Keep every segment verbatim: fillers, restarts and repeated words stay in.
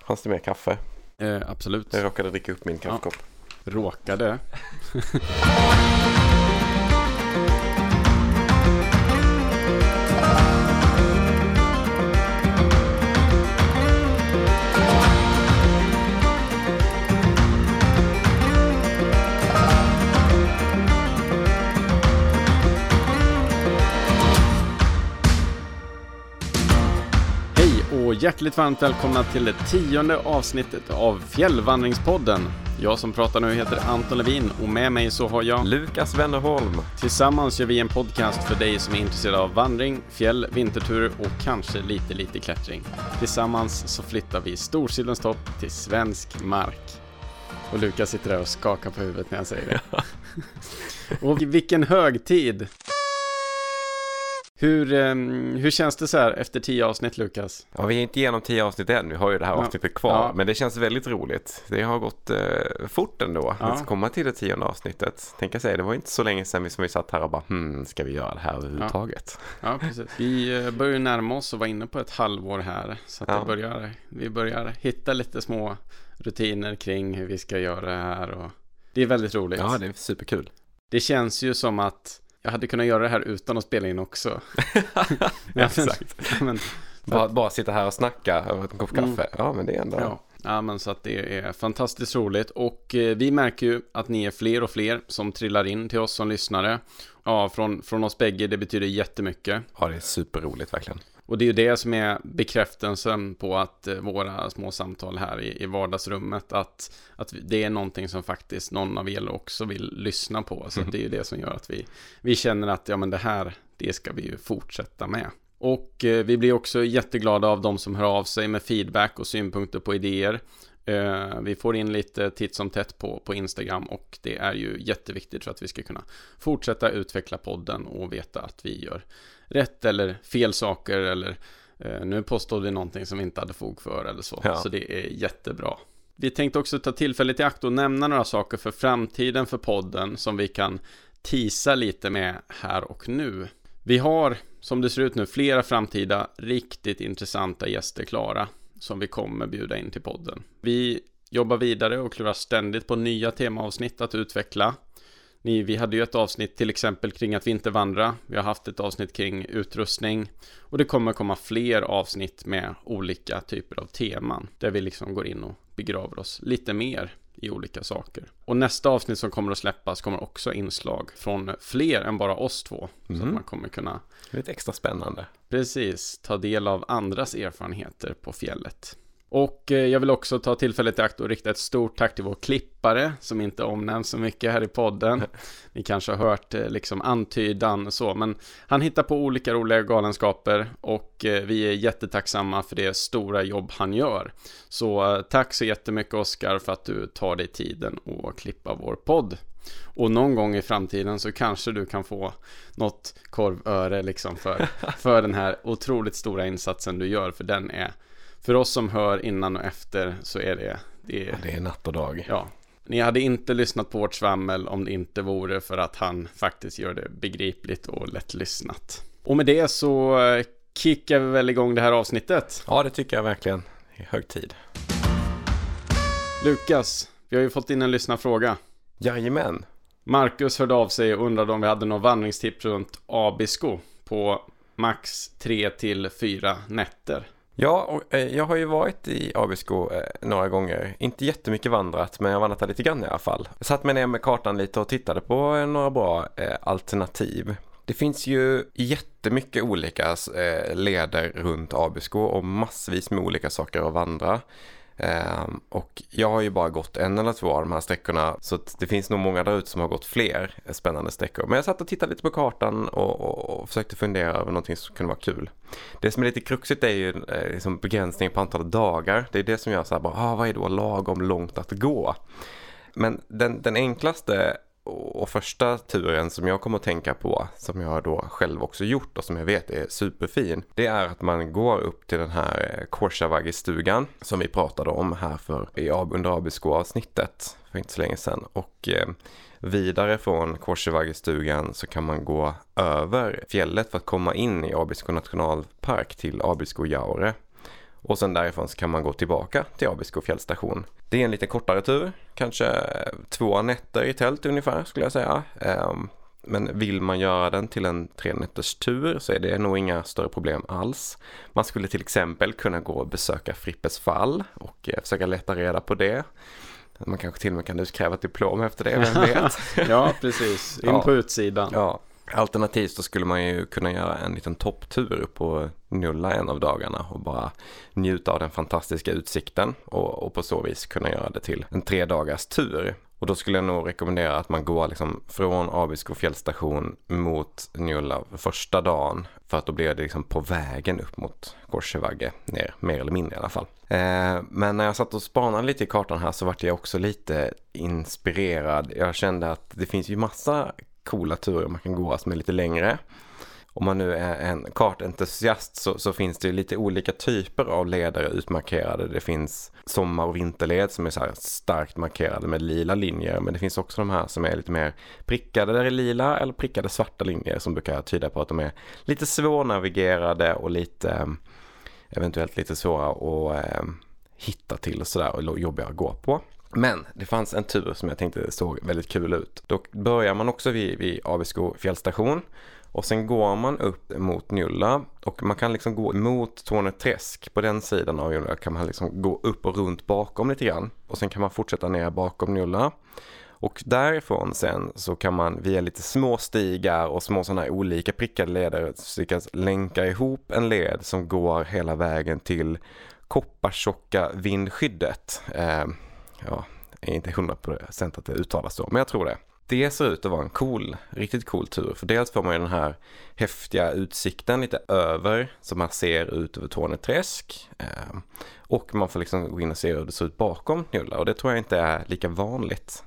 Fanns det mer kaffe? Eh, absolut. Jag råkade dricka upp min kaffekopp. Ja. Råkade? Och hjärtligt varmt välkomna till det tionde avsnittet av Fjällvandringspodden. Jag som pratar nu heter Anton Levin och med mig så har jag Lukas Wennerholm. Tillsammans gör vi en podcast för dig som är intresserad av vandring, fjäll, vinterturer och kanske lite lite klättring. Tillsammans så flyttar vi Storsildens topp till svensk mark. Och Lukas sitter där och skakar på huvudet när jag säger det. Och vilken högtid! Hur, um, hur känns det så här efter tio avsnitt, Lukas? Ja, vi är inte igenom tio avsnitt än. Vi har ju det här ja. avsnittet kvar. Ja. Men det känns väldigt roligt. Det har gått uh, fort ändå. Ja. Att komma till det tionde avsnittet. Tänk jag säga, det var inte så länge sedan vi, som vi satt här och bara, hmm, ska vi göra det här överhuvudtaget? Ja, ja precis. Vi uh, börjar närma oss och vara inne på ett halvår här. Så att ja. det börjar, vi börjar hitta lite små rutiner kring hur vi ska göra det här. Och det är väldigt roligt. Ja, det är superkul. Det känns ju som att jag hade kunnat göra det här utan att spela in också. men, Exakt. Men, bara, bara sitta här och snacka över en kopp kaffe. Mm. Ja, men det är ändå... Ja. ja, men så att det är fantastiskt roligt. Och eh, vi märker ju att ni är fler och fler som trillar in till oss som lyssnare. Ja, från, från oss bägge, det betyder jättemycket. Ja, det är superroligt verkligen. Och det är ju det som är bekräftelsen på att eh, våra små samtal här i, i vardagsrummet, att, att det är någonting som faktiskt någon av er också vill lyssna på. Så mm. det är ju det som gör att vi, vi känner att ja, men det här, det ska vi ju fortsätta med. Och eh, vi blir också jätteglada av de som hör av sig med feedback och synpunkter på idéer. Eh, vi får in lite titt som tätt på, på Instagram och det är ju jätteviktigt för att vi ska kunna fortsätta utveckla podden och veta att vi gör rätt eller fel saker eller eh, nu påstod vi någonting som vi inte hade fog för eller så. Ja. Så det är jättebra. Vi tänkte också ta tillfället i akt och nämna några saker för framtiden för podden som vi kan teasa lite med här och nu. Vi har, som det ser ut nu, flera framtida riktigt intressanta gäster klara som vi kommer bjuda in till podden. Vi jobbar vidare och klurar ständigt på nya temaavsnitt att utveckla. Ni, vi hade ju ett avsnitt till exempel kring att vintervandra. Vi har haft ett avsnitt kring utrustning. Och det kommer komma fler avsnitt med olika typer av teman. Där vi liksom går in och begraver oss lite mer i olika saker. Och nästa avsnitt som kommer att släppas kommer också inslag från fler än bara oss två. Mm. Så att man kommer kunna... Det är lite extra spännande. Precis, ta del av andras erfarenheter på fjället. Och eh, jag vill också ta tillfället i akt och rikta ett stort tack till vår klippare som inte omnämns så mycket här i podden. Ni kanske har hört eh, liksom antydan så, men han hittar på olika roliga galenskaper och eh, vi är jättetacksamma för det stora jobb han gör. Så eh, tack så jättemycket Oskar för att du tar dig tiden och klippa vår podd. Och någon gång i framtiden så kanske du kan få något korvöre liksom för, för den här otroligt stora insatsen du gör, för den är... För oss som hör innan och efter så är det... Det är, ja, det är natt och dag. Ja. Ni hade inte lyssnat på vårt svammel om det inte vore för att han faktiskt gör det begripligt och lättlyssnat. Och med det så kickar vi väl igång det här avsnittet. Ja, det tycker jag verkligen. Det är hög tid. Lukas, vi har ju fått in en lyssnarfråga. Jajamän. Marcus hörde av sig och undrade om vi hade någon vandringstips runt Abisko på max tre till fyra nätter. Ja, och, eh, jag har ju varit i Abisko eh, några gånger. Inte jättemycket vandrat, men jag har vandrat lite grann i alla fall. Jag satt mig ner med kartan lite och tittade på eh, några bra eh, alternativ. Det finns ju jättemycket olika eh, leder runt Abisko och massvis med olika saker att vandra. Um, och jag har ju bara gått en eller två av de här sträckorna, så att det finns nog många där ute som har gått fler spännande sträckor. Men jag satt och tittade lite på kartan och, och, och försökte fundera över någonting som kunde vara kul. Det som är lite kruxigt är ju eh, liksom begränsning på antalet dagar. Det är det som gör så här, bara, ah, vad är då lagom långt att gå? Men den, den enklaste och första turen som jag kommer att tänka på, som jag då själv också gjort och som jag vet är superfin, det är att man går upp till den här Korsavagistugan som vi pratade om här för i under Abisko-avsnittet för inte så länge sedan. Och eh, vidare från Korsavagistugan så kan man gå över fjället för att komma in i Abisko nationalpark till Abisko Jaure. Och sen därifrån så kan man gå tillbaka till Abisko fjällstation. Det är en lite kortare tur, kanske två nätter i tält ungefär skulle jag säga. Men vill man göra den till en tre nätters tur så är det nog inga större problem alls. Man skulle till exempel kunna gå och besöka Frippes fall och försöka leta reda på det. Man kanske till och med kan utkräva ett diplom efter det, vem vet? Ja, precis. In på ja. utsidan. Ja. Alternativt så skulle man ju kunna göra en liten topptur upp på Nulla en av dagarna och bara njuta av den fantastiska utsikten och, och på så vis kunna göra det till en tre dagars tur. Och då skulle jag nog rekommendera att man går liksom från Abisko fjällstation mot Nulla första dagen, för att då blir det liksom på vägen upp mot Korsevagge ner, mer eller mindre i alla fall. Eh, men när jag satt och spanade lite i kartan här så vart jag också lite inspirerad. Jag kände att det finns ju massa coola turer man kan gå som är lite längre. Om man nu är en kartentusiast så, så finns det ju lite olika typer av leder utmarkerade. Det finns sommar- och vinterled som är så här starkt markerade med lila linjer. Men det finns också de här som är lite mer prickade där i lila eller prickade svarta linjer som brukar tyda på att de är lite svårnavigerade och lite eventuellt lite svåra att eh, hitta till och sådär och jobbiga att gå på. Men det fanns en tur som jag tänkte såg väldigt kul ut. Då börjar man också vid, vid Abisko fjällstation och sen går man upp mot Nulla och man kan liksom gå mot Torneträsk. På den sidan av Nulla kan man liksom gå upp och runt bakom lite grann och sen kan man fortsätta ner bakom Nulla. Och därifrån sen så kan man via lite små stigar och små sådana här olika prickade leder lyckas länka ihop en led som går hela vägen till Koppartjocka vindskyddet. Eh, ja, jag är inte hundra procent att det uttalas så, men jag tror det. Det ser ut att vara en cool, riktigt cool tur. För dels får man ju den här häftiga utsikten lite över som man ser ut över Torneträsk. Eh, och man får liksom gå in och se hur det ser ut bakom Nulla. Och det tror jag inte är lika vanligt.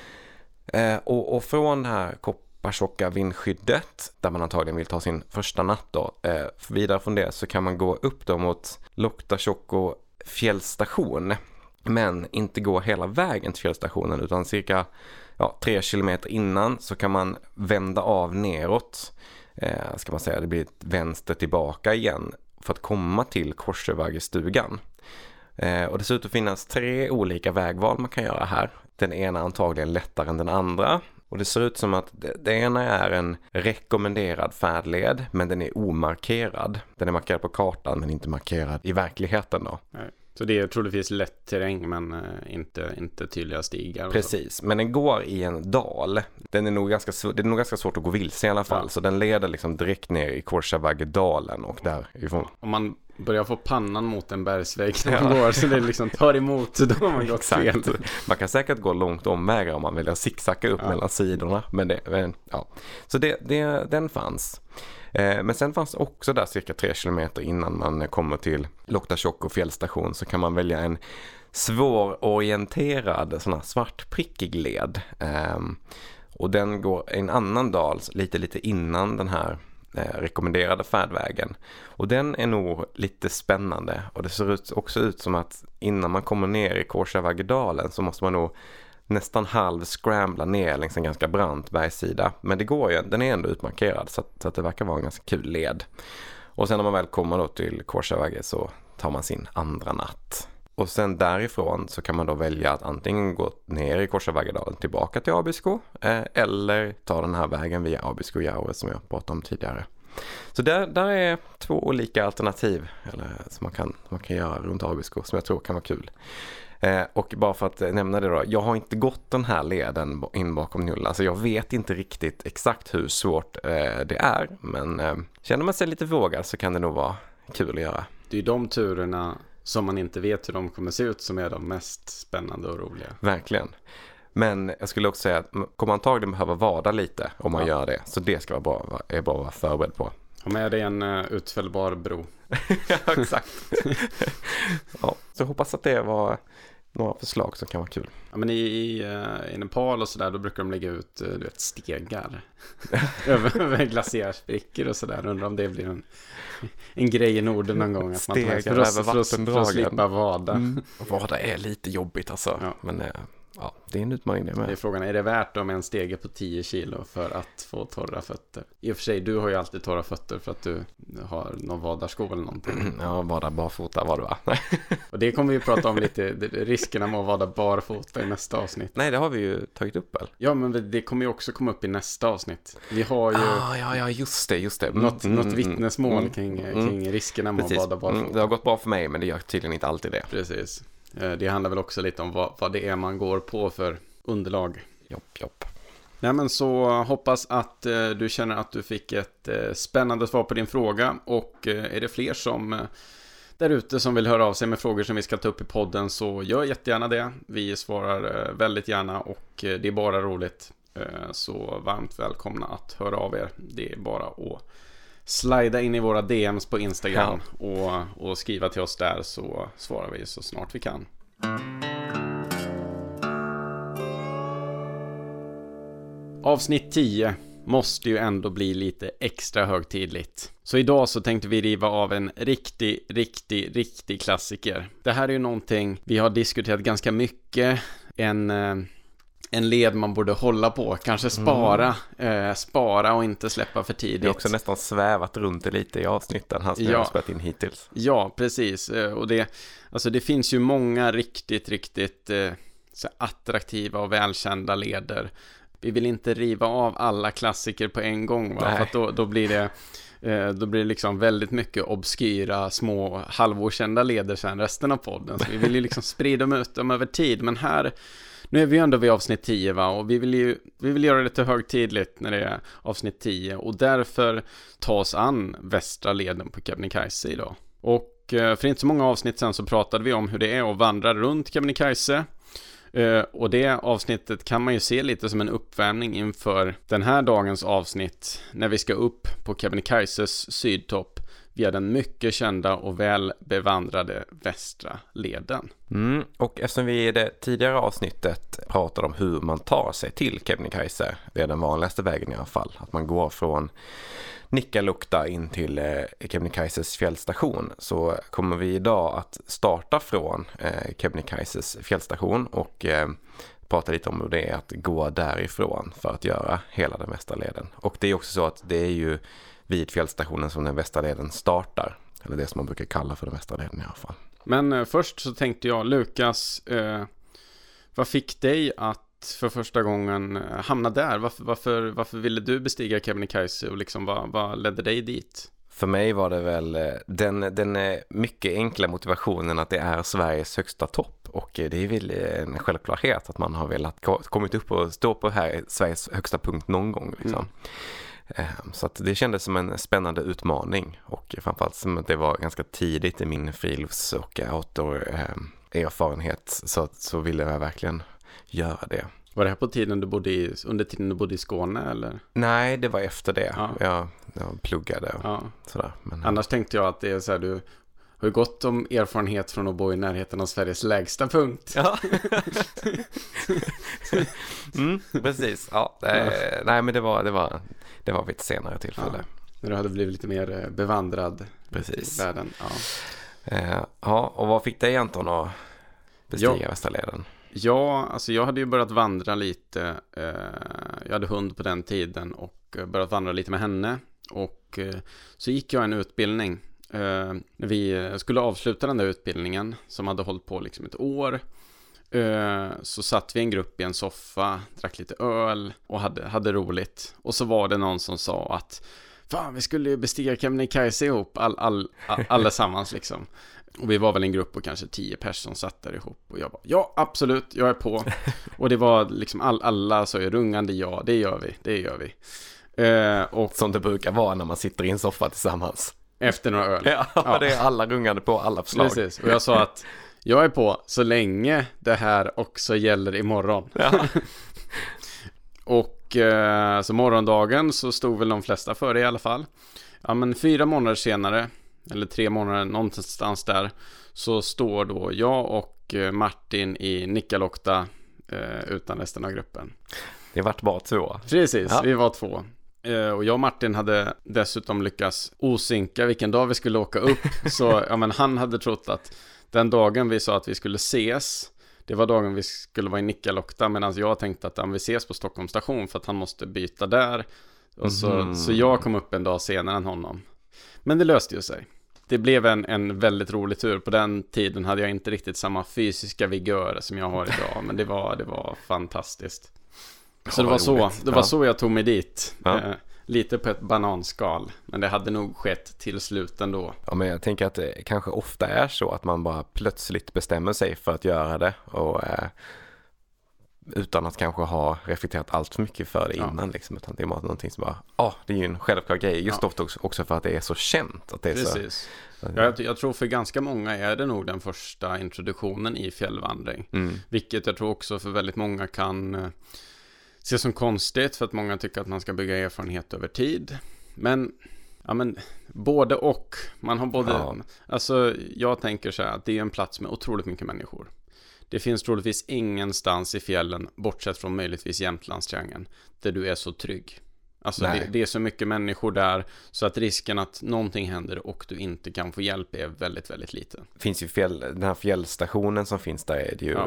Eh, och, och från det här Koppartjocka vindskyddet, där man antagligen vill ta sin första natt då. Eh, vidare från det så kan man gå upp då mot Loktarsjokko fjällstation. Men inte gå hela vägen till fjällstationen utan cirka ja, tre kilometer innan så kan man vända av neråt. Eh, ska man säga, det blir ett vänster tillbaka igen för att komma till Korsevaggestugan. Eh, och det ser ut att finnas tre olika vägval man kan göra här. Den ena är antagligen lättare än den andra. Och det ser ut som att det, det ena är en rekommenderad färdled men den är omarkerad. Den är markerad på kartan men inte markerad i verkligheten då. Nej. Så det är troligtvis lätt terräng men eh, inte, inte tydliga stigar. Och precis, så. Men den går i en dal. Den är nog ganska, det är nog ganska svårt att gå vilse i alla fall. Ja. Så den leder liksom direkt ner i Korsavaggedalen och därifrån. Om man börjar få pannan mot en bergsvägg när man ja. går så det liksom tar emot, då har man gått fel. Man kan säkert gå långt omvägar om man vill zigzacka upp ja. mellan sidorna. Men det, men, ja. Så det, det, den fanns. Men sen fanns också där cirka tre kilometer innan man kommer till Loktarsjokko fjällstation så kan man välja en svårorienterad sån här svartprickig led. Och den går en annan dal lite lite innan den här rekommenderade färdvägen. Och den är nog lite spännande och det ser ut, också ut som att innan man kommer ner i Korsavaggedalen så måste man nog nästan halv scrambla ner längs en ganska brant bergssida. Men det går ju, den är ändå utmarkerad så att, så att det verkar vara en ganska kul led. Och sen när man väl kommer då till Korsavagge så tar man sin andra natt. Och sen därifrån så kan man då välja att antingen gå ner i Korsavaggedalen tillbaka till Abisko eh, eller ta den här vägen via Abisko-Jaure som jag pratade om tidigare. Så där, där är två olika alternativ eller, som man kan, man kan göra runt Abisko som jag tror kan vara kul. Eh, och bara för att nämna det då, jag har inte gått den här leden in bakom Nulla så jag vet inte riktigt exakt hur svårt eh, det är, men eh, känner man sig lite vågad så kan det nog vara kul att göra. Det är ju de turerna som man inte vet hur de kommer se ut som är de mest spännande och roliga. Verkligen. Men jag skulle också säga att man kommer antagligen behöva vada lite om man ja. gör det, så det ska vara bra, är bra att vara förberedd på. Och med det en uh, utfällbar bro. Ja, exakt. Ja, så hoppas att det var några förslag som kan vara kul. Ja, men i, i, uh, i Nepal och sådär, då brukar de lägga ut uh, du vet, stegar över glaciärsprickor och sådär. Undrar om det blir en, en grej i Norden någon gång. Att stegar man tar, för, över vattendragen. För att slippa vada. Mm. Vada är lite jobbigt alltså. Ja. Men uh, Ja, det är en utmaning det med. Det är frågan, är det värt om en stege på tio kilo för att få torra fötter? I och för sig, du har ju alltid torra fötter för att du har någon vadarsko eller någonting. Ja, vada barfota var det va? Och det kommer vi ju prata om lite, riskerna med att vada barfota i nästa avsnitt. Nej, det har vi ju tagit upp väl? Ja, men det kommer ju också komma upp i nästa avsnitt. Vi har ju ah, ja, ja, just det, just det. Mm, något, mm, något mm, vittnesmål mm, kring, mm, kring riskerna med precis. att vada barfota. Mm, det har gått bra för mig, men det gör tydligen inte alltid det. Precis. Det handlar väl också lite om vad, vad det är man går på för underlag. Jopp, jopp. Nej, men så hoppas att eh, du känner att du fick ett eh, spännande svar på din fråga. Och eh, är det fler som eh, där ute som vill höra av sig med frågor som vi ska ta upp i podden, så gör jättegärna det. Vi svarar eh, väldigt gärna och eh, det är bara roligt. Eh, så varmt välkomna att höra av er. Det är bara att slida in i våra D Ms på Instagram ja. och, och skriva till oss där, så svarar vi så snart vi kan. Avsnitt tio måste ju ändå bli lite extra högtidligt. Så idag så tänkte vi riva av en riktig, riktig, riktig klassiker. Det här är ju någonting vi har diskuterat ganska mycket. En, en led man borde hålla på. Kanske spara. Mm. Eh, spara och inte släppa för tidigt. Det är också nästan svävat runt det lite i avsnitten han som ja. jag har spelat in hittills. Ja, precis. Och det, alltså det finns ju många riktigt, riktigt eh, så attraktiva och välkända leder. Vi vill inte riva av alla klassiker på en gång, va? För att då, då blir det eh, då blir det liksom väldigt mycket obskyra, små, halvokända leder sen resten av podden. Så vi vill ju liksom sprida dem ut dem över tid. Men här, nu är vi ju ändå vid avsnitt tio, va? Och vi vill ju vi vill göra det lite högtidligt när det är avsnitt tio. Och därför tas an västra leden på Kebnekaise idag. Och eh, för inte så många avsnitt sen så pratade vi om hur det är att vandra runt Kebnekaise. Uh, och det avsnittet kan man ju se lite som en uppvärmning inför den här dagens avsnitt, när vi ska upp på Kebnekaises sydtopp via den mycket kända och väl bevandrade västra leden. Mm, och eftersom vi i det tidigare avsnittet pratade om hur man tar sig till Kebnekaise, det är den vanligaste vägen i alla fall, att man går från Nikkaluokta in till eh, Kebnekaises fjällstation, så kommer vi idag att starta från eh, Kebnekaises fjällstation och eh, prata lite om hur det är att gå därifrån för att göra hela den västra leden. Och det är också så att det är ju vid fjällstationen som den västra leden startar, eller det som man brukar kalla för den västra leden i alla fall. Men eh, först så tänkte jag, Lukas, eh, vad fick dig att för första gången hamna där? Varför, varför, varför ville du bestiga Kebnekaise och liksom vad, vad ledde dig dit? För mig var det väl den, den mycket enkla motivationen att det är Sveriges högsta topp, och det är väl en självklarhet att man har velat kommit upp och stå på här Sveriges högsta punkt någon gång liksom. Mm. Så att det kändes som en spännande utmaning, och framförallt som att det var ganska tidigt i min frilufts- och outdoor-erfarenhet, så, så ville jag verkligen göra det. Var det här på tiden du bodde i, under tiden du bodde i Skåne eller? Nej, det var efter det. Ja. Jag, jag pluggade och ja. sådär. Men, annars tänkte jag att det är så här, du har ju gått om erfarenhet från att bo i närheten av Sveriges lägsta punkt. Ja. mm, precis. Ja, äh, nej, men det var, det var, det var vid ett senare tillfälle. Ja. När du hade blivit lite mer bevandrad precis. i världen. Ja. Uh, ja, och vad fick dig, Anton, att bestiga ja. västra leden? Ja, alltså jag hade ju börjat vandra lite. Eh, jag hade hund på den tiden och börjat vandra lite med henne. Och eh, så gick jag en utbildning. Eh, när vi skulle avsluta den där utbildningen som hade hållit på liksom ett år. Eh, så satt vi en grupp i en soffa, drack lite öl och hade, hade roligt. Och så var det någon som sa att fan, vi skulle ju bestiga Kebnekaise ihop all, all, all, allesammans liksom. Och vi var väl en grupp på kanske tio personer som satt där ihop. Och jag bara, ja absolut, jag är på. Och det var liksom all, alla så är rungande, ja det gör vi, det gör vi. Eh, och som det brukar vara när man sitter i en soffa tillsammans. Efter några öl. Ja, ja. Det är alla rungande på alla förslag. Precis, och jag sa att jag är på så länge det här också gäller imorgon. Ja. Och eh, så morgondagen så stod väl de flesta för det i alla fall. Ja, men fyra månader senare, eller tre månader någonstans där, så står då jag och Martin i Nikkaluokta eh, utan resten av gruppen. Det vart bara två. Precis, ja. Vi var två. Eh, och jag och Martin hade dessutom lyckats osynka vilken dag vi skulle åka upp. Så ja, men han hade trott att den dagen vi sa att vi skulle ses, det var dagen vi skulle vara i Nikkaluokta, medan jag tänkte att han vi ses på Stockholms station för att han måste byta där. Och så, mm. så jag kom upp en dag senare än honom. Men det löste ju sig. Det blev en, en väldigt rolig tur. På den tiden hade jag inte riktigt samma fysiska vigör som jag har idag. Men det var, det var fantastiskt. Så det var så, det var ja. så jag tog mig dit. Ja. Eh, lite på ett bananskal. Men det hade nog skett till slut ändå. Ja, men jag tänker att det kanske ofta är så att man bara plötsligt bestämmer sig för att göra det. Och eh, utan att kanske ha reflekterat allt för mycket för det innan. Ja. Liksom, utan det är någonting som bara, ja, ah, det är ju en självklar grej. Just ja. ofta också, också för att det är så känt. Att det är Precis. Så, ja, jag, jag tror för ganska många är det nog den första introduktionen i fjällvandring. Mm. Vilket jag tror också för väldigt många kan eh, se som konstigt. För att många tycker att man ska bygga erfarenhet över tid. Men, ja men, både och. Man har både, ja. alltså jag tänker så här att det är en plats med otroligt mycket människor. Det finns troligtvis ingenstans i fjällen, bortsett från möjligtvis Jämtlandstriangeln, där du är så trygg. Alltså det, det är så mycket människor där, så att risken att någonting händer och du inte kan få hjälp är väldigt, väldigt liten. Det finns ju fjäll, den här fjällstationen som finns där är det ju ja.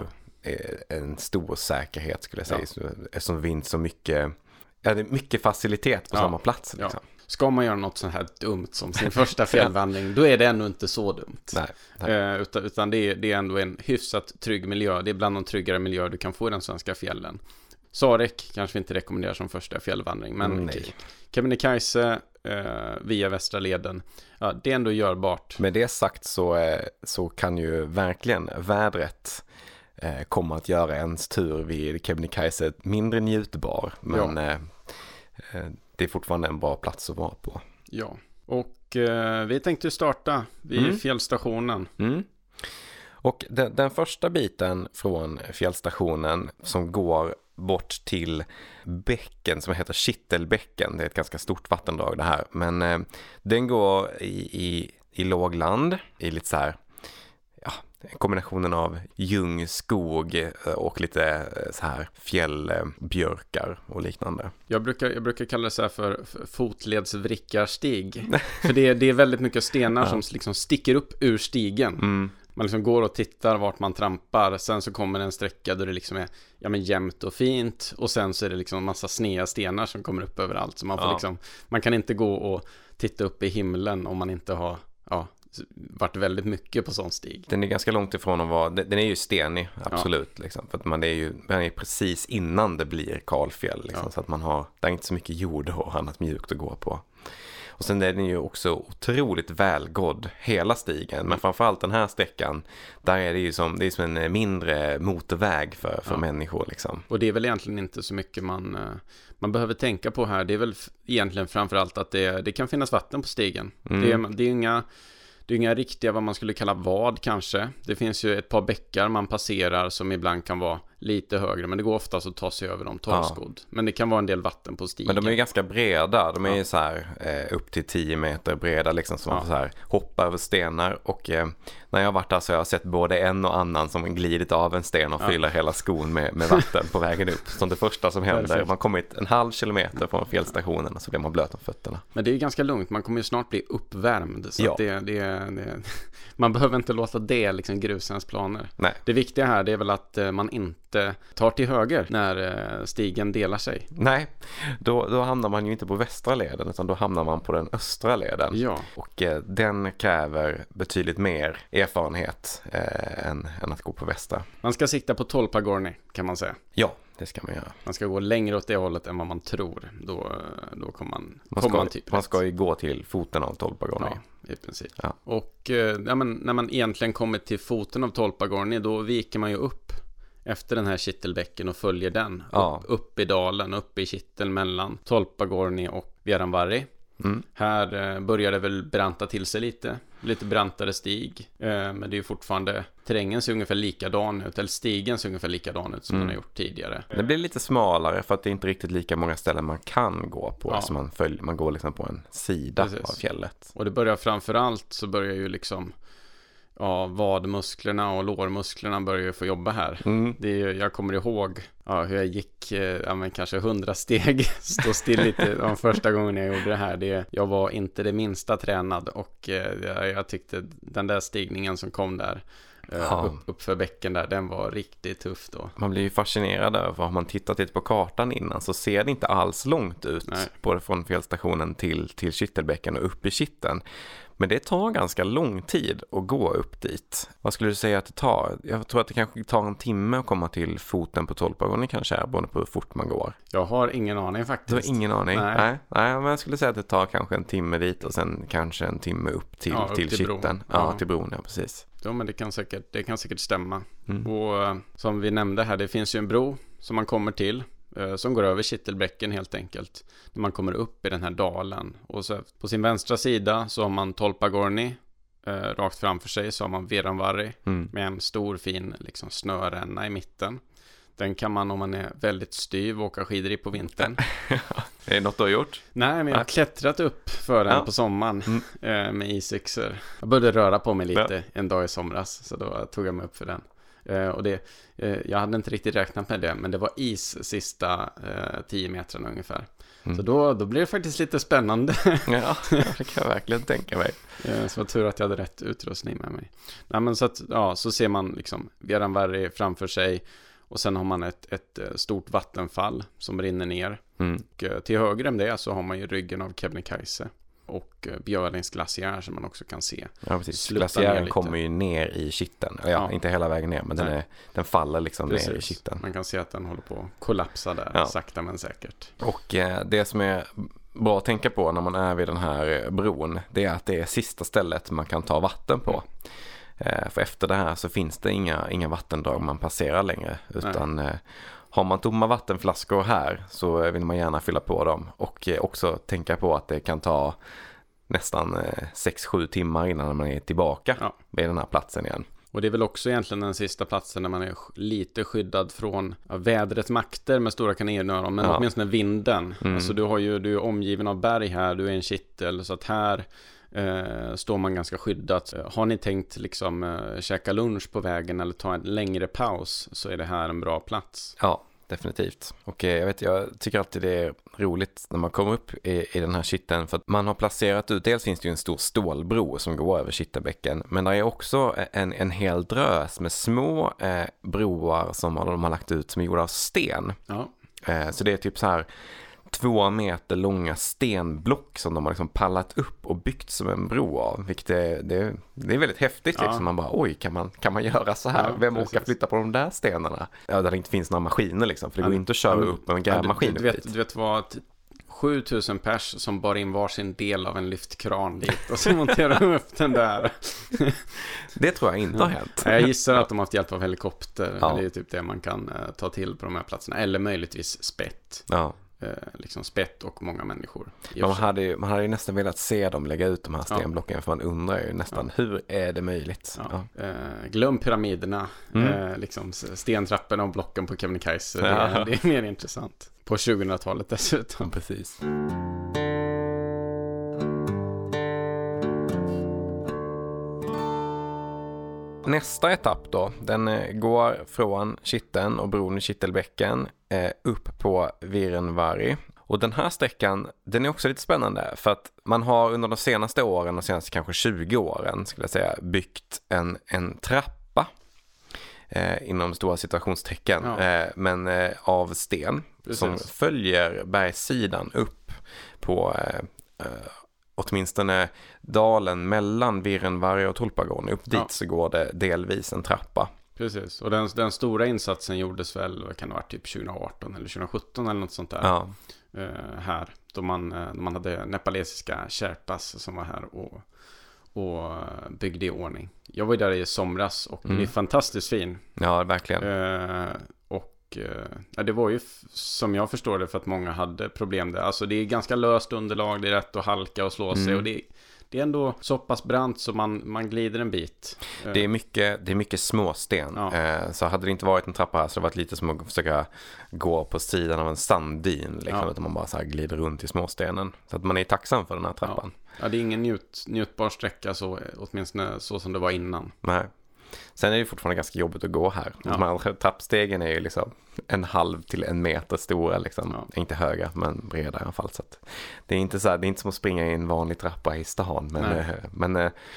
en stor säkerhet skulle jag säga. Ja. Eftersom det finns så mycket, ja, det är mycket facilitet på ja. samma plats. Liksom. Ja. Ska man göra något sånt här dumt som sin första fjällvandring, då är det ändå inte så dumt. Nej, nej. Eh, utan utan det, är, det är ändå en hyfsat trygg miljö. Det är bland de tryggare miljöer du kan få i den svenska fjällen. Sarek kanske vi inte rekommenderar som första fjällvandring, men mm, Kebnekaise eh, via Västra leden, ja, det är ändå görbart. Med det sagt så, eh, så kan ju verkligen vädret eh, komma att göra ens tur vid Kebnekaise mindre njutbar, men ja. eh, det är fortfarande en bra plats att vara på. Ja, och eh, vi tänkte starta vid mm. fjällstationen. Mm. Och den, den första biten från fjällstationen som går bort till bäcken som heter Kittelbäcken. Det är ett ganska stort vattendrag det här. Men eh, den går i, i, i lågland, i lite så här, ja, kombinationen av ljung, skog och lite så här fjällbjörkar och liknande. Jag brukar, jag brukar kalla det så här för, för fotledsvrickarstig. För det är, det är väldigt mycket stenar ja. som liksom sticker upp ur stigen. Mm. Man liksom går och tittar vart man trampar. Sen så kommer en sträcka där det liksom är ja, men jämnt och fint. Och sen så är det liksom en massa sneda stenar som kommer upp överallt. Så man får ja. liksom, man kan inte gå och titta upp i himlen om man inte har ja, varit väldigt mycket på sån stig. Den är ganska långt ifrån att vara, den är ju stenig, absolut. Ja. Liksom, för att man är ju man är precis innan det blir kalfjäll. Liksom, ja. Så att man har, det är inte så mycket jord och annat mjukt att gå på. Och sen är den ju också otroligt välgådd hela stigen. Men framförallt den här sträckan, där är det ju som, det är som en mindre motorväg för, för ja. människor. Liksom. Och det är väl egentligen inte så mycket man, man behöver tänka på här. Det är väl egentligen framförallt att det, det kan finnas vatten på stigen. Mm. Det, är, det är inga... Det är inga riktiga vad man skulle kalla vad kanske. Det finns ju ett par bäckar man passerar som ibland kan vara lite högre. Men det går oftast att ta sig över dem torrskodd. Ja. Men det kan vara en del vatten på stigen. Men de är ju ganska breda. De är ja. ju så här eh, upp till tio meter breda liksom. Som ja. man får så här hoppa över stenar. Och eh, när jag har varit där så har jag sett både en och annan som glidit av en sten och ja. fyller hela skon med, med vatten på vägen upp. Som det första som händer. Man kommit en halv kilometer från fjällstationen och så blir man blöt om fötterna. Men det är ju ganska lugnt. Man kommer ju snart bli uppvärmd. Så ja. att det, det, det, man behöver inte låta det liksom grusa ens planer. Nej. Det viktiga här det är väl att man inte tar till höger när stigen delar sig. Nej, då, då hamnar man ju inte på västra leden utan då hamnar man på den östra leden. Ja. Och eh, den kräver betydligt mer erfarenhet eh, än, än att gå på västra. Man ska sikta på Tolpagorni kan man säga. Ja, det ska man göra. Man ska gå längre åt det hållet än vad man tror. Då, då kommer man, man, kommer ska, man typ Man ska ju gå till foten av Tolpagorni. Ja, i princip. Ja. Och eh, ja, men, när man egentligen kommer till foten av Tolpagorni då viker man ju upp efter den här Kittelbäcken och följer den ja. upp, upp i dalen, upp i kitteln mellan Tolpagorni och Vieraanvarri. Mm. Här eh, börjar det väl branta till sig lite, lite brantare stig, eh, men det är ju fortfarande terrängen ser ungefär likadan ut, eller stigen ser ungefär likadan ut som mm. den har gjort tidigare. Det blir lite smalare för att det är inte riktigt lika många ställen man kan gå på, ja. så man, följer, man går liksom på en sida Precis. av fjället. Och det börjar framförallt så börjar ju liksom ja, vadmusklerna och lårmusklerna börjar ju få jobba här. Mm. Det är, jag kommer ihåg ja, hur jag gick eh, ja, men kanske hundra steg stå still lite de första gången jag gjorde det här. Det, jag var inte det minsta tränad och eh, jag, jag tyckte den där stigningen som kom där ja. upp, upp för bäcken där, den var riktigt tuff då. Man blir ju fascinerad över, har man tittat lite på kartan innan så ser det inte alls långt ut. Nej. Både från fjällstationen till, till Kittelbäcken och upp i Kitteln. Men det tar ganska lång tid att gå upp dit. Vad skulle du säga att det tar? Jag tror att det kanske tar en timme att komma till foten på Tolpagården kanske, beroende på hur fort man går. Jag har ingen aning faktiskt. Du har ingen aning? Nej. Nej, Nej men jag skulle säga att det tar kanske en timme dit och sen kanske en timme upp till, ja, upp till, till Kitteln. Ja, ja, till bron, ja precis. Ja, men det kan säkert, det kan säkert stämma. Mm. Och som vi nämnde här, det finns ju en bro som man kommer till. Som går över Kittelbäcken helt enkelt. När man kommer upp i den här dalen. Och så på sin vänstra sida så har man Tolpagården. Eh, rakt framför sig så har man Viranvarri. Mm. Med en stor fin liksom, snöränna i mitten. Den kan man om man är väldigt styv åka skidor i på vintern. Är det något du har gjort? Nej, men jag har klättrat upp för den ja. på sommaren mm. eh, med isixer. Jag började röra på mig lite ja. en dag i somras. Så då tog jag mig upp för den. Uh, och det, uh, jag hade inte riktigt räknat med det, men det var is sista uh, tio metrarna ungefär. Mm. Så då, då blir det faktiskt lite spännande. Ja, det kan jag verkligen tänka mig. uh, så var tur att jag hade rätt utrustning med mig. Nej, men så, att, ja, så ser man liksom Viranvarri framför sig. Och sen har man ett, ett stort vattenfall som rinner ner. Mm. Och uh, till höger om det så har man ju ryggen av Kebnekaise. Och Björlings glaciär som man också kan se. Ja, precis. Glaciären kommer ju ner i Kitteln. Ja, ja, inte hela vägen ner, men den, är, den faller liksom precis. ner i Kitteln. Man kan se att den håller på att kollapsa där, ja. sakta men säkert. Och eh, det som är bra att tänka på när man är vid den här bron, det är att det är sista stället man kan ta vatten på. Eh, för efter det här så finns det inga, inga vattendrag man passerar längre, utan... Eh, har man tomma vattenflaskor här så vill man gärna fylla på dem. Och också tänka på att det kan ta nästan sex sju timmar innan man är tillbaka ja. vid den här platsen igen. Och det är väl också egentligen den sista platsen där man är lite skyddad från ja, vädrets makter med stora kanonöron, men ja. åtminstone vinden. Mm. Alltså du, har ju, du är omgiven av berg här, du är en kittel, så att här... Eh, står man ganska skyddat. Har ni tänkt liksom eh, käka lunch på vägen eller ta en längre paus, så är det här en bra plats. Ja, definitivt. Och eh, jag vet, jag tycker alltid det är roligt när man kommer upp i, i den här Kitteln, för att man har placerat ut, dels finns det ju en stor stålbro som går över Kittelbäcken, men det är också en, en hel drös med små eh, broar som de har lagt ut som är gjorda av sten. Ja. Eh, så det är typ så här två meter långa stenblock som de har liksom pallat upp och byggt som en bro av. Vilket är, det, det är väldigt häftigt. Ja. Liksom. Man bara, oj, kan man, kan man göra så här? Ja, Vem precis. åker flytta på de där stenarna? Ja, där det inte finns några maskiner liksom. För det ja, går inte att köra ja, upp en grävmaskin. Ja, du, du, vet, du vet vad... sjutusen pers som bar in varsin del av en lyftkran dit och så monterar de upp den där. Det tror jag inte har hänt. Jag gissar att de har haft hjälp av helikopter. Ja. Det är typ det man kan uh, ta till på de här platserna. Eller möjligtvis spett. Ja. Uh, liksom spett och många människor. Man hade, ju, man hade ju nästan velat se dem lägga ut de här stenblocken, ja. för man undrar ju nästan, ja. hur är det möjligt? Ja. Ja. Uh, glöm pyramiderna, mm. uh, liksom stentrapporna och blocken på Kebnekaise. Ja. Det, är, det är mer intressant. På tjugohundratalet dessutom. Precis. Nästa etapp då, den går från Kitteln och bron i Kittelbäcken eh, upp på Viranvarri. Och den här sträckan, den är också lite spännande för att man har under de senaste åren, de senaste kanske tjugo åren skulle jag säga, byggt en, en trappa eh, inom stora situationstecken, ja. eh, men eh, av sten. Precis. Som följer bergssidan upp på eh, eh, åtminstone dalen mellan Viranvarri och Tolpagården. Upp dit ja. så går det delvis en trappa. Precis, och den, den stora insatsen gjordes väl, kan det vara typ tjugo arton eller tjugo sjutton eller något sånt där. Ja. Uh, här, då man, då man hade nepalesiska sherpas som var här och, och byggde i ordning. Jag var där i somras och mm. det är fantastiskt fin. Ja, verkligen. Uh, och uh, ja, det var ju f- som jag förstår det för att många hade problem där. Alltså det är ganska löst underlag, det är rätt att halka och slå mm. sig och det är Det är ändå så pass brant så man, man glider en bit. Det är mycket, det är mycket småsten. Ja. Eh, så hade det inte varit en trappa här så hade det varit lite som att försöka gå på sidan av en sanddyn. Liksom, ja. Utan man bara så här glider runt i småstenen. Så att man är tacksam för den här trappan. Ja, ja det är ingen njut, njutbar sträcka så, åtminstone så som det var innan. Nej. Sen är det fortfarande ganska jobbigt att gå här. Ja. De här trappstegen är ju liksom en halv till en meter stora. Liksom. Ja. Inte höga, men breda i alla fall. Så att det, är inte så här, det är inte som att springa i en vanlig trappa i stan. Men, men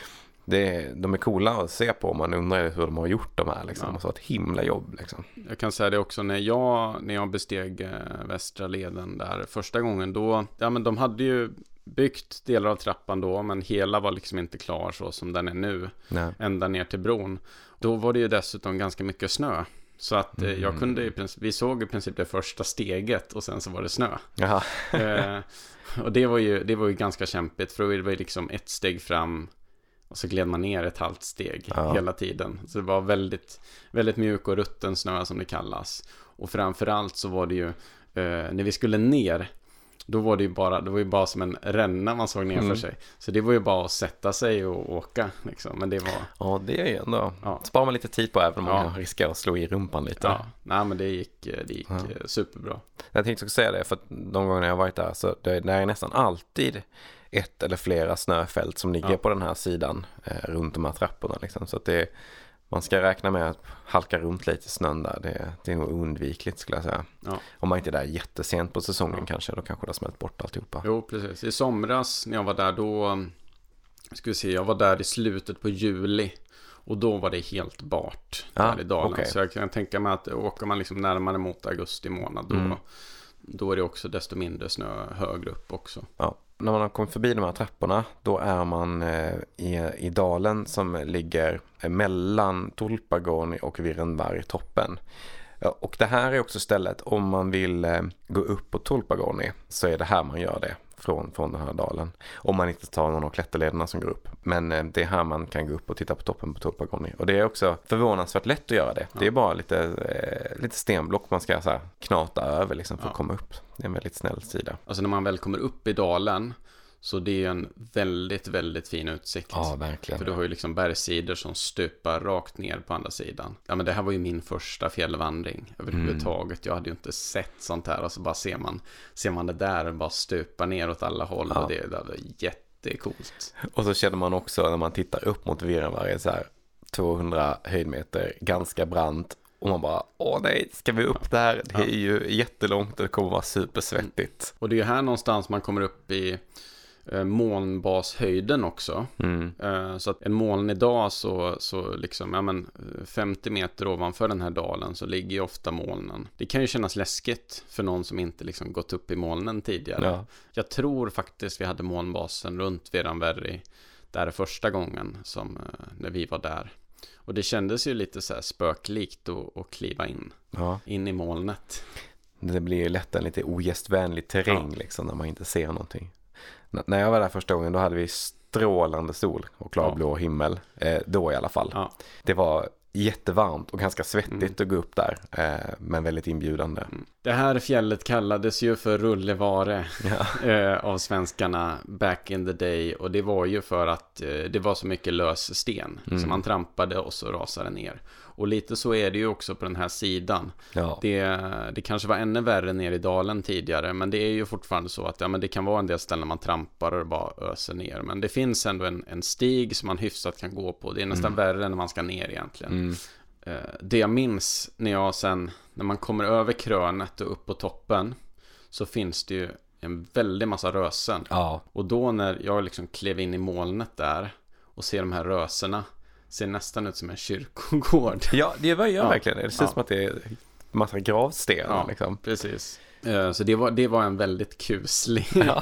det, de är coola att se på. Man undrar hur de har gjort de här. Liksom. Ja. Och så ett himla jobb. Liksom. Jag kan säga det också, när jag, när jag besteg eh, Västra leden där första gången, då, ja men de hade ju byggt delar av trappan då, men hela var liksom inte klar så som den är nu. Nej. Ända ner till bron. Då var det ju dessutom ganska mycket snö. Så att eh, jag kunde i princip, vi såg i princip det första steget och sen så var det snö. Jaha. eh, och det var ju det var ju ganska kämpigt, för det var ju liksom ett steg fram och så gled man ner ett halvt steg ja. hela tiden. Så det var väldigt väldigt mjuk och rutten snö som det kallas. Och framförallt så var det ju eh, när vi skulle ner, då var det ju bara, det var ju bara som en ränna man såg ner för mm. sig. Så det var ju bara att sätta sig och åka liksom. Men det var... Ja, det är ju ändå... Ja. Sparar man lite tid på även om man ja. riskerar att slå i rumpan lite. Ja, nej men det gick, det gick ja. superbra. Jag tänkte också säga det, för att de gånger jag har varit där så det, det är nästan alltid ett eller flera snöfält som ligger ja. på den här sidan eh, runt de här trapporna liksom. Så att det man ska räkna med att halka runt lite i snön där. Det, det är nog oundvikligt skulle jag säga. Ja. Om man inte är där jättesent på säsongen ja. kanske, då kanske det har smält bort alltihopa. Jo, precis. I somras när jag var där då, ska vi se, jag var där i slutet på juli och då var det helt bart ja, där i dalen. Okay. Så jag kan tänka mig att åker man liksom närmare mot augusti månad då, mm. då är det också desto mindre snö högre upp också. Ja. När man har kommit förbi de här trapporna, då är man eh, i, i dalen som ligger mellan Tolpagårni och Virrenvarri toppen. Ja, och det här är också stället, om man vill eh, gå upp på Tolpagårni så är det här man gör det från, från den här dalen. Om man inte tar någon av klätterlederna som går upp. Men eh, det är här man kan gå upp och titta på toppen på Tolpagårni. Och det är också förvånansvärt lätt att göra det. Ja. Det är bara lite, eh, lite stenblock man ska så här, knata över liksom, för ja. att komma upp. Det är en väldigt snäll sida. Alltså när man väl kommer upp i dalen så det är en väldigt, väldigt fin utsikt. Ja, verkligen. För du har ju liksom bergssidor som stupar rakt ner på andra sidan. Ja, men det här var ju min första fjällvandring överhuvudtaget. Mm. Jag hade ju inte sett sånt här. Och så bara ser man, ser man det där och bara stupa ner åt alla håll. Ja. Och det, det var jättecoolt. Och så känner man också när man tittar upp mot Virrenvarri så här tvåhundra höjdmeter, ganska brant. Och man bara, åh nej, ska vi upp där? Det är ju jättelångt och det kommer vara supersvettigt. Och det är ju här någonstans man kommer upp i eh, molnbashöjden också. Mm. Eh, så att en moln idag så, så liksom, ja men femtio meter ovanför den här dalen så ligger ju ofta molnen. Det kan ju kännas läskigt för någon som inte liksom gått upp i molnen tidigare. Ja. Jag tror faktiskt vi hade molnbasen runt Virrenvarri där första gången som, eh, när vi var där. Och det kändes ju lite så här spöklikt att, att kliva in, ja. in i molnet. Det blir ju lätt en lite ogästvänlig terräng ja. liksom, när man inte ser någonting. N- när jag var där första gången då hade vi strålande sol och klarblå ja. himmel. Eh, då i alla fall. Ja. Det var jättevarmt och ganska svettigt mm. att gå upp där, eh, men väldigt inbjudande. Mm. Det här fjället kallades ju för Rullevare ja. eh, av svenskarna back in the day, och det var ju för att eh, det var så mycket lös sten mm. som man trampade och så rasade ner. Och lite så är det ju också på den här sidan. Ja. Det, det kanske var ännu värre ner i dalen tidigare, men det är ju fortfarande så att ja, men det kan vara en del ställen man trampar och bara öser ner. Men det finns ändå en, en stig som man hyfsat kan gå på. Det är nästan mm. värre när man ska ner egentligen. Mm. Eh, det jag minns när jag sen, när man kommer över krönet och upp på toppen, så finns det ju en väldig massa rösen. Ja. Och då när jag liksom klev in i molnet där och ser de här röserna, ser nästan ut som en kyrkogård. Ja, det gör ja. verkligen. Det ser ja. som att det är massa gravstenar. Ja, liksom. Precis. Så det var, det var en väldigt kuslig ja.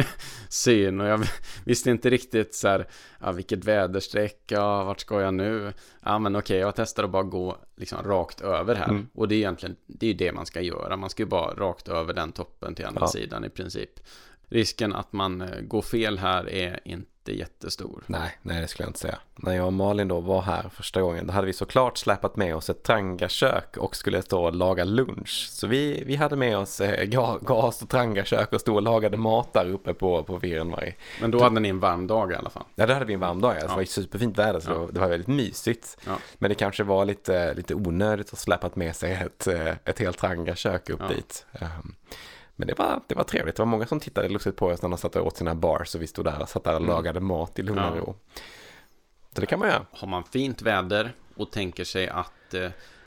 syn. Och jag visste inte riktigt så här, ja, vilket väderstreck, ja, vart ska jag nu? Ja, men okej, jag testar att bara gå liksom rakt över här. Mm. Och det är egentligen det, är det man ska göra. Man ska ju bara rakt över den toppen till andra ja. sidan i princip. Risken att man går fel här är inte jättestor. Nej, nej, det skulle jag inte säga. När jag och Malin då var här första gången, då hade vi såklart släpat med oss ett trangakök och skulle stå och laga lunch. Så vi, vi hade med oss eh, gas och trangakök och stod och lagade mat där uppe på, på Virrenvarri. Men då hade ni en varm dag i alla fall? Ja, då hade vi en varm dag. Alltså, ja. Det var ju superfint väder, så ja. det var väldigt mysigt. Ja. Men det kanske var lite, lite onödigt att släpat med sig ett, ett helt trangakök upp ja. dit. Um, Men det var, det var trevligt. Det var många som tittade lustigt på oss när de satt och åt sina bars, och vi stod där och satt där och lagade mat i lugn och ro. Så det kan man göra. Har man fint väder och tänker sig att eh,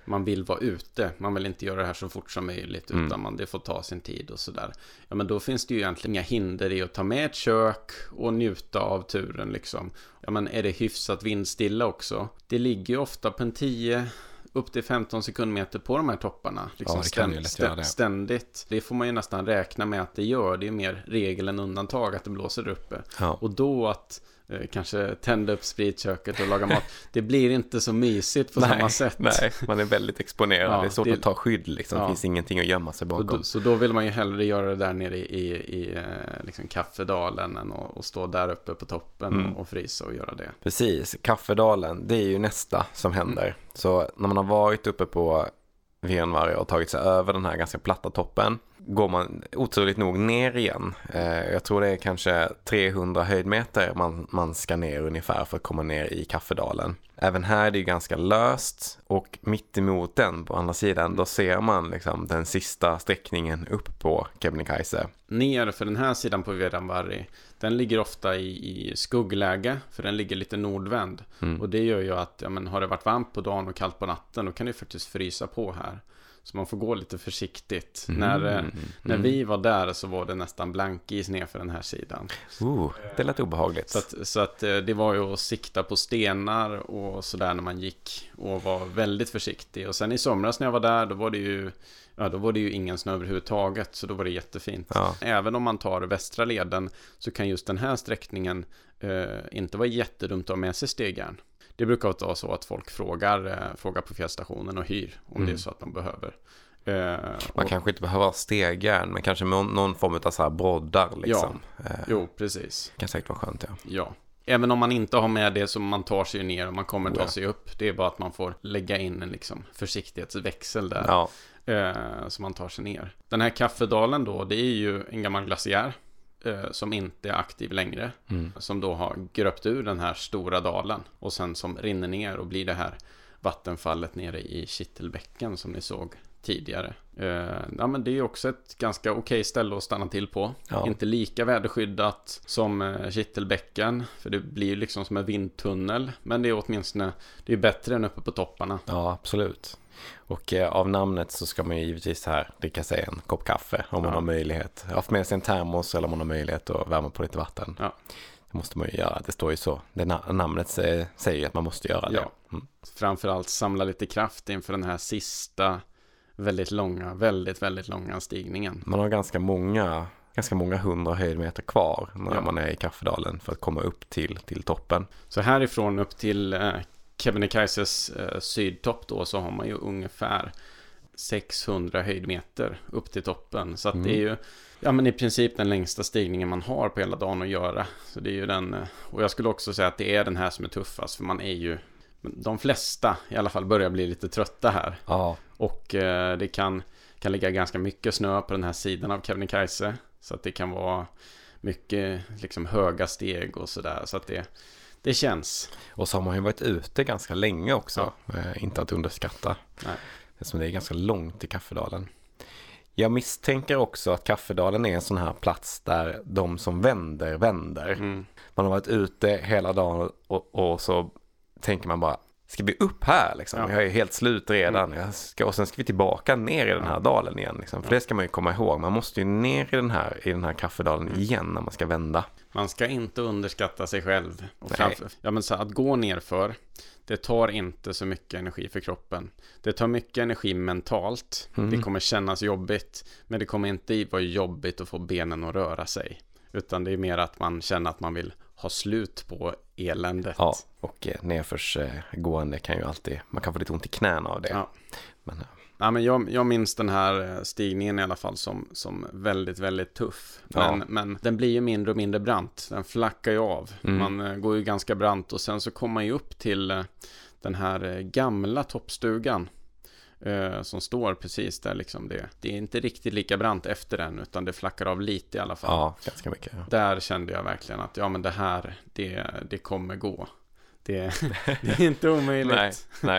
man vill vara ute. Man vill inte göra det här så fort som möjligt, utan mm. man, det får ta sin tid och sådär. Ja, men då finns det ju egentligen inga hinder i att ta med ett kök och njuta av turen liksom. Ja, men är det hyfsat vindstilla också? Det ligger ju ofta på en tio upp till femton sekundmeter på de här topparna. Liksom ja, det kan ju lätt göra det. Ständigt. Det får man ju nästan räkna med att det gör. Det är mer regel än undantag att det blåser där uppe. Ja. Och då att eh, kanske tända upp spritköket och laga mat, det blir inte så mysigt på nej, samma sätt. Nej, man är väldigt exponerad. Ja, det är svårt det, att ta skydd liksom. Ja. Det finns ingenting att gömma sig bakom. Då, så då vill man ju hellre göra det där nere i, i, i liksom Kaffedalen än att och stå där uppe på toppen mm. och, och frysa och göra det. Precis, Kaffedalen, det är ju nästa som händer. Mm. Så när man har varit uppe på Virenvarre och tagit sig över den här ganska platta toppen, går man otroligt nog ner igen. Eh, jag tror det är kanske trehundra höjdmeter man, man ska ner ungefär för att komma ner i Kaffedalen. Även här är det ju ganska löst, och mitt emot den på andra sidan då ser man liksom den sista sträckningen upp på Kebnekaise. Ner för den här sidan på Virenvarre, den ligger ofta i, i skuggläge, för den ligger lite nordvänd. Mm. Och det gör ju att, ja, men har det varit varmt på dagen och kallt på natten, då kan det faktiskt frysa på här. Så man får gå lite försiktigt. Mm, när mm, när vi var där så var det nästan blankis ner för den här sidan. Uh, det lät obehagligt. Så, att, så att det var ju att sikta på stenar och sådär när man gick, och var väldigt försiktig. Och sen i somras när jag var där, då var det ju, ja, då var det ju ingen snö överhuvudtaget, så då var det jättefint. Ja. Även om man tar västra leden så kan just den här sträckningen eh, inte vara jättedumt att ha med sig stegjärn. Det brukar vara så att folk frågar, eh, frågar på fjällstationen och hyr om mm. det är så att de behöver. Eh, Man och, kanske inte behöver ha stegjärn, men kanske någon, någon form av så här broddar liksom. Ja, eh, jo, precis. Kan säkert vara skönt, ja. Ja. Även om man inte har med det, så man tar sig ner och man kommer ta sig upp. Det är bara att man får lägga in en liksom försiktighetsväxel där. Ja. Eh, så man tar sig ner. Den här Kaffedalen då, det är ju en gammal glaciär som inte är aktiv längre, mm. som då har gröpt ur den här stora dalen och sen som rinner ner och blir det här vattenfallet nere i Kittelbäcken som ni såg tidigare. Eh, ja, men det är också ett ganska okej ställe att stanna till på. Ja. Inte lika väderskyddat som eh, Kittelbäcken, för det blir liksom som en vindtunnel, men det är åtminstone det är bättre än uppe på topparna. Ja, absolut. Och eh, av namnet så ska man ju givetvis här dricka sig en kopp kaffe om man ja. har möjlighet. Ha med sig en termos eller om man har möjlighet att värma på lite vatten. Ja. Det måste man ju göra, det står ju så. Det na- namnet säger, säger att man måste göra det. Ja. Mm. Framförallt samla lite kraft inför den här sista väldigt långa, väldigt, väldigt långa stigningen. Man har ganska många, ganska många hundra höjdmeter kvar när ja. man är i Kaffedalen för att komma upp till, till toppen. Så härifrån upp till eh, Kebnekaises eh, sydtopp då, så har man ju ungefär sexhundra höjdmeter upp till toppen. Så att mm. det är ju ja, men i princip den längsta stigningen man har på hela dagen att göra. Så det är ju den, och jag skulle också säga att det är den här som är tuffast, för man är ju, de flesta i alla fall börjar bli lite trötta här. Ja. Och eh, det kan, kan ligga ganska mycket snö på den här sidan av Kebnekaise, så att det kan vara mycket liksom höga steg och sådär, så att det Det känns. Och så har man ju varit ute ganska länge också. Ja. Eh, inte att underskatta. Nej. Eftersom det är ganska långt i Kaffedalen. Jag misstänker också att Kaffedalen är en sån här plats där de som vänder, vänder. Mm. Man har varit ute hela dagen och, och så tänker man bara, ska vi upp här liksom? Ja. Jag är helt slut redan. Mm. Jag ska, och sen ska vi tillbaka ner i den här ja. dalen igen. Liksom. För ja. det ska man ju komma ihåg. Man måste ju ner i den här, i den här Kaffedalen mm. igen när man ska vända. Man ska inte underskatta sig själv. Och framför, ja, men så att gå ner för, det tar inte så mycket energi för kroppen. Det tar mycket energi mentalt. Mm. Det kommer kännas jobbigt. Men det kommer inte vara jobbigt att få benen att röra sig. Utan det är mer att man känner att man vill ha slut på eländet. Ja, och eh, nedförs eh, gående kan ju alltid, man kan få lite ont i knäna av det. Ja. Men, eh. ja, men jag, jag minns den här stigningen i alla fall som, som väldigt, väldigt tuff. Men, ja. men den blir ju mindre och mindre brant. Den flackar ju av. Mm. Man eh, går ju ganska brant och sen så kommer man ju upp till eh, den här eh, gamla toppstugan. Uh, som står precis där liksom det. Det är inte riktigt lika brant efter den, utan det flackar av lite i alla fall. Ja, ganska mycket. Ja. Där kände jag verkligen att ja, men det här, det, det kommer gå. Det, det är inte omöjligt. nej, nej.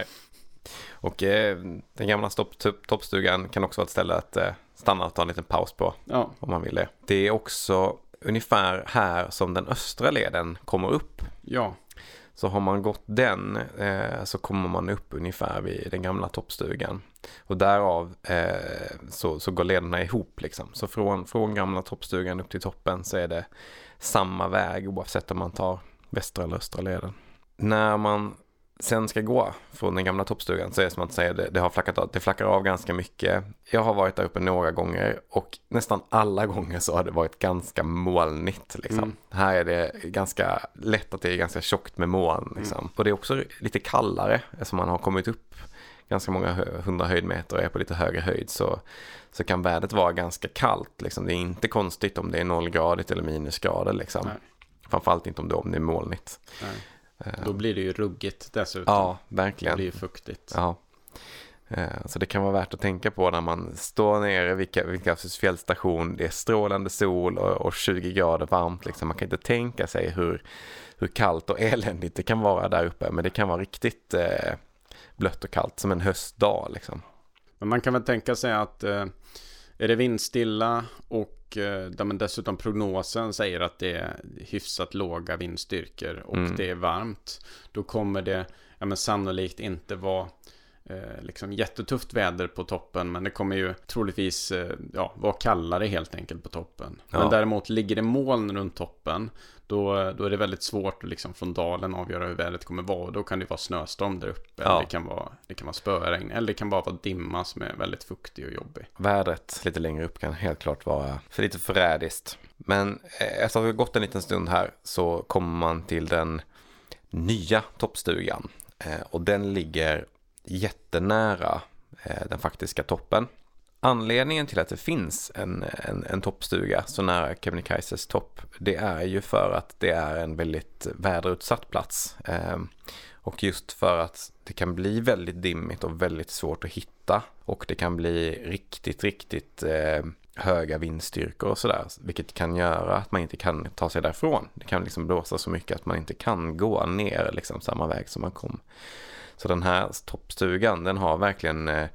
Och eh, den gamla stopp, topp, toppstugan kan också vara ett ställe att eh, stanna och ta en liten paus på. Ja. Om man vill det. Det är också ungefär här som den östra leden kommer upp. Ja. Så har man gått den eh, så kommer man upp ungefär vid den gamla toppstugan. Och därav eh, så, så går lederna ihop liksom. Så från, från gamla toppstugan upp till toppen så är det samma väg oavsett om man tar västra eller östra leden. När man sen ska gå från den gamla toppstugan så är det som att säga det, det har flackat av, det flackar av ganska mycket. Jag har varit där uppe några gånger och nästan alla gånger så har det varit ganska molnigt liksom. Mm. Här är det ganska lätt att det är ganska tjockt med moln liksom. Mm. Och det är också lite kallare eftersom man har kommit upp ganska många hundra höjdmeter och är på lite högre höjd så, så kan vädret vara ganska kallt liksom. Det är inte konstigt om det är nollgradigt eller minusgrader liksom. Nej. Framförallt inte om det, om det är molnigt. Nej. Då blir det ju ruggigt dessutom. Ja, verkligen. Det blir ju fuktigt. Ja. Så det kan vara värt att tänka på när man står nere vid Vinkafs fjällstation. Det är strålande sol och, och tjugo grader varmt. Liksom. Man kan inte tänka sig hur, hur kallt och eländigt det kan vara där uppe. Men det kan vara riktigt eh, blött och kallt som en höstdag. Liksom. Men man kan väl tänka sig att eh, är det vindstilla och där man dessutom prognosen säger att det är hyfsat låga vindstyrkor och mm. det är varmt, då kommer det ja, men sannolikt inte vara eh, liksom jättetufft väder på toppen, men det kommer ju troligtvis eh, ja, vara kallare helt enkelt på toppen. Ja. Men däremot ligger det moln runt toppen, då, då är det väldigt svårt att liksom från dalen avgöra hur vädret kommer vara. Då kan det vara snöstorm där uppe, ja. eller det kan vara, det kan vara spöregn, eller det kan bara vara dimma som är väldigt fuktig och jobbig. Vädret lite längre upp kan helt klart vara för lite förrädiskt. Men efter att vi har gått en liten stund här så kommer man till den nya toppstugan. Och den ligger jättenära den faktiska toppen. Anledningen till att det finns en, en, en toppstuga så nära Kebnekaises topp, det är ju för att det är en väldigt väderutsatt plats. Eh, och just för att det kan bli väldigt dimmigt och väldigt svårt att hitta. Och det kan bli riktigt, riktigt eh, höga vindstyrkor och sådär. Vilket kan göra att man inte kan ta sig därifrån. Det kan liksom blåsa så mycket att man inte kan gå ner liksom samma väg som man kom. Så den här toppstugan, den har verkligen... Eh,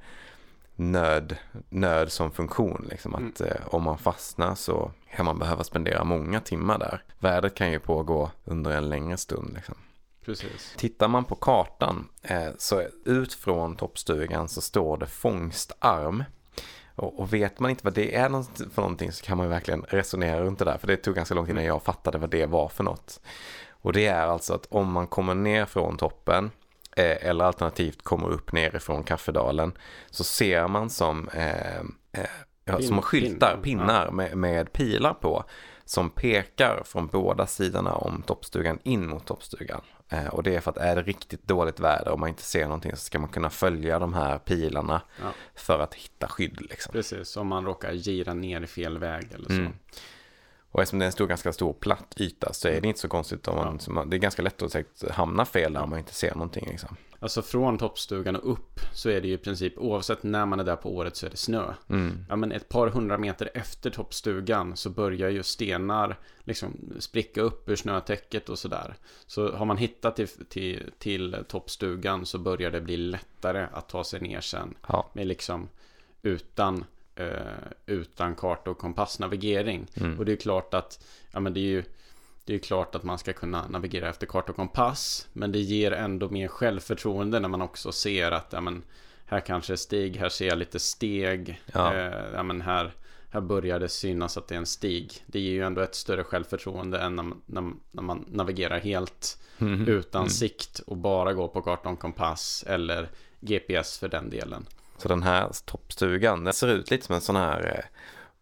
nöd, nöd som funktion liksom att mm. eh, om man fastnar så kan man behöva spendera många timmar där. Vädret kan ju pågå under en längre stund liksom. Precis. Tittar man på kartan eh, så ut från toppstugan så står det fångstarm. Och, och vet man inte vad det är för någonting så kan man verkligen resonera runt det där, för det tog ganska långt innan jag fattade vad det var för något. Och det är alltså att om man kommer ner från toppen eller alternativt kommer upp nerifrån Kaffedalen så ser man som eh, eh, ja, Pin, som skyltar, pin, pinnar ja. med, med pilar på som pekar från båda sidorna om toppstugan in mot toppstugan. Eh, och det är för att är det riktigt dåligt väder och man inte ser någonting så ska man kunna följa de här pilarna ja. för att hitta skydd. Liksom. Precis, om man råkar gira ner i fel väg eller så. Mm. Och eftersom det är en stor, ganska stor platt yta så är det inte så konstigt om man, ja. det är ganska lätt att säkert hamna fel där om man inte ser någonting. Liksom. Alltså från toppstugan och upp så är det ju i princip, oavsett när man är där på året så är det snö. Mm. Ja, men ett par hundra meter efter toppstugan så börjar ju stenar liksom spricka upp ur snötäcket och sådär. Så har man hittat till, till, till toppstugan så börjar det bli lättare att ta sig ner sen. Ja. Med liksom utan... Uh, utan karta och kompassnavigering. Mm. Och det är klart att ja, men det är ju det är klart att man ska kunna navigera efter karta och kompass, men det ger ändå mer självförtroende när man också ser att ja, men, här kanske är stig, här ser jag lite steg. Ja. Uh, ja, men här, här börjar det synas att det är en stig. Det ger ju ändå ett större självförtroende än när, när, när man navigerar helt mm. utan mm. sikt och bara går på karta och kompass eller G P S för den delen. Så den här toppstugan, den ser ut lite som en sån här eh,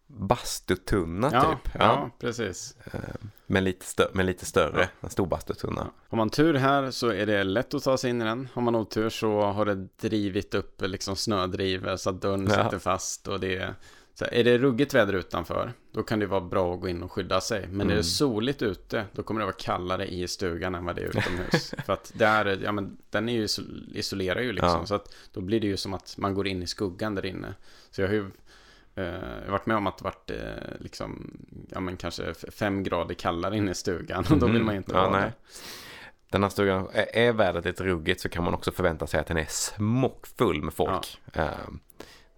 bastutunna ja, typ. Ja, ja precis. Eh, med, lite stö- med lite större, ja. En stor bastutunna. Ja. Har man tur här så är det lätt att ta sig in i den. Har man otur så har det drivit upp liksom snödriver så att dörren ja. sitter fast. Och det är, så är det ruggigt väder utanför, då kan det vara bra att gå in och skydda sig. Men mm. är det soligt ute, då kommer det vara kallare i stugan än vad det är utomhus. För att där, ja, men, den är ju isolerar ju liksom. Ja. Så att då blir det ju som att man går in i skuggan där inne. Så jag har ju eh, varit med om att det varit eh, liksom, ja, men kanske fem grader kallare inne i stugan. Och då vill man ju inte ja, vara nej. där. Den här stugan, är, är vädret lite ruggigt så kan man också förvänta sig att den är smockfull med folk. Ja. Uh,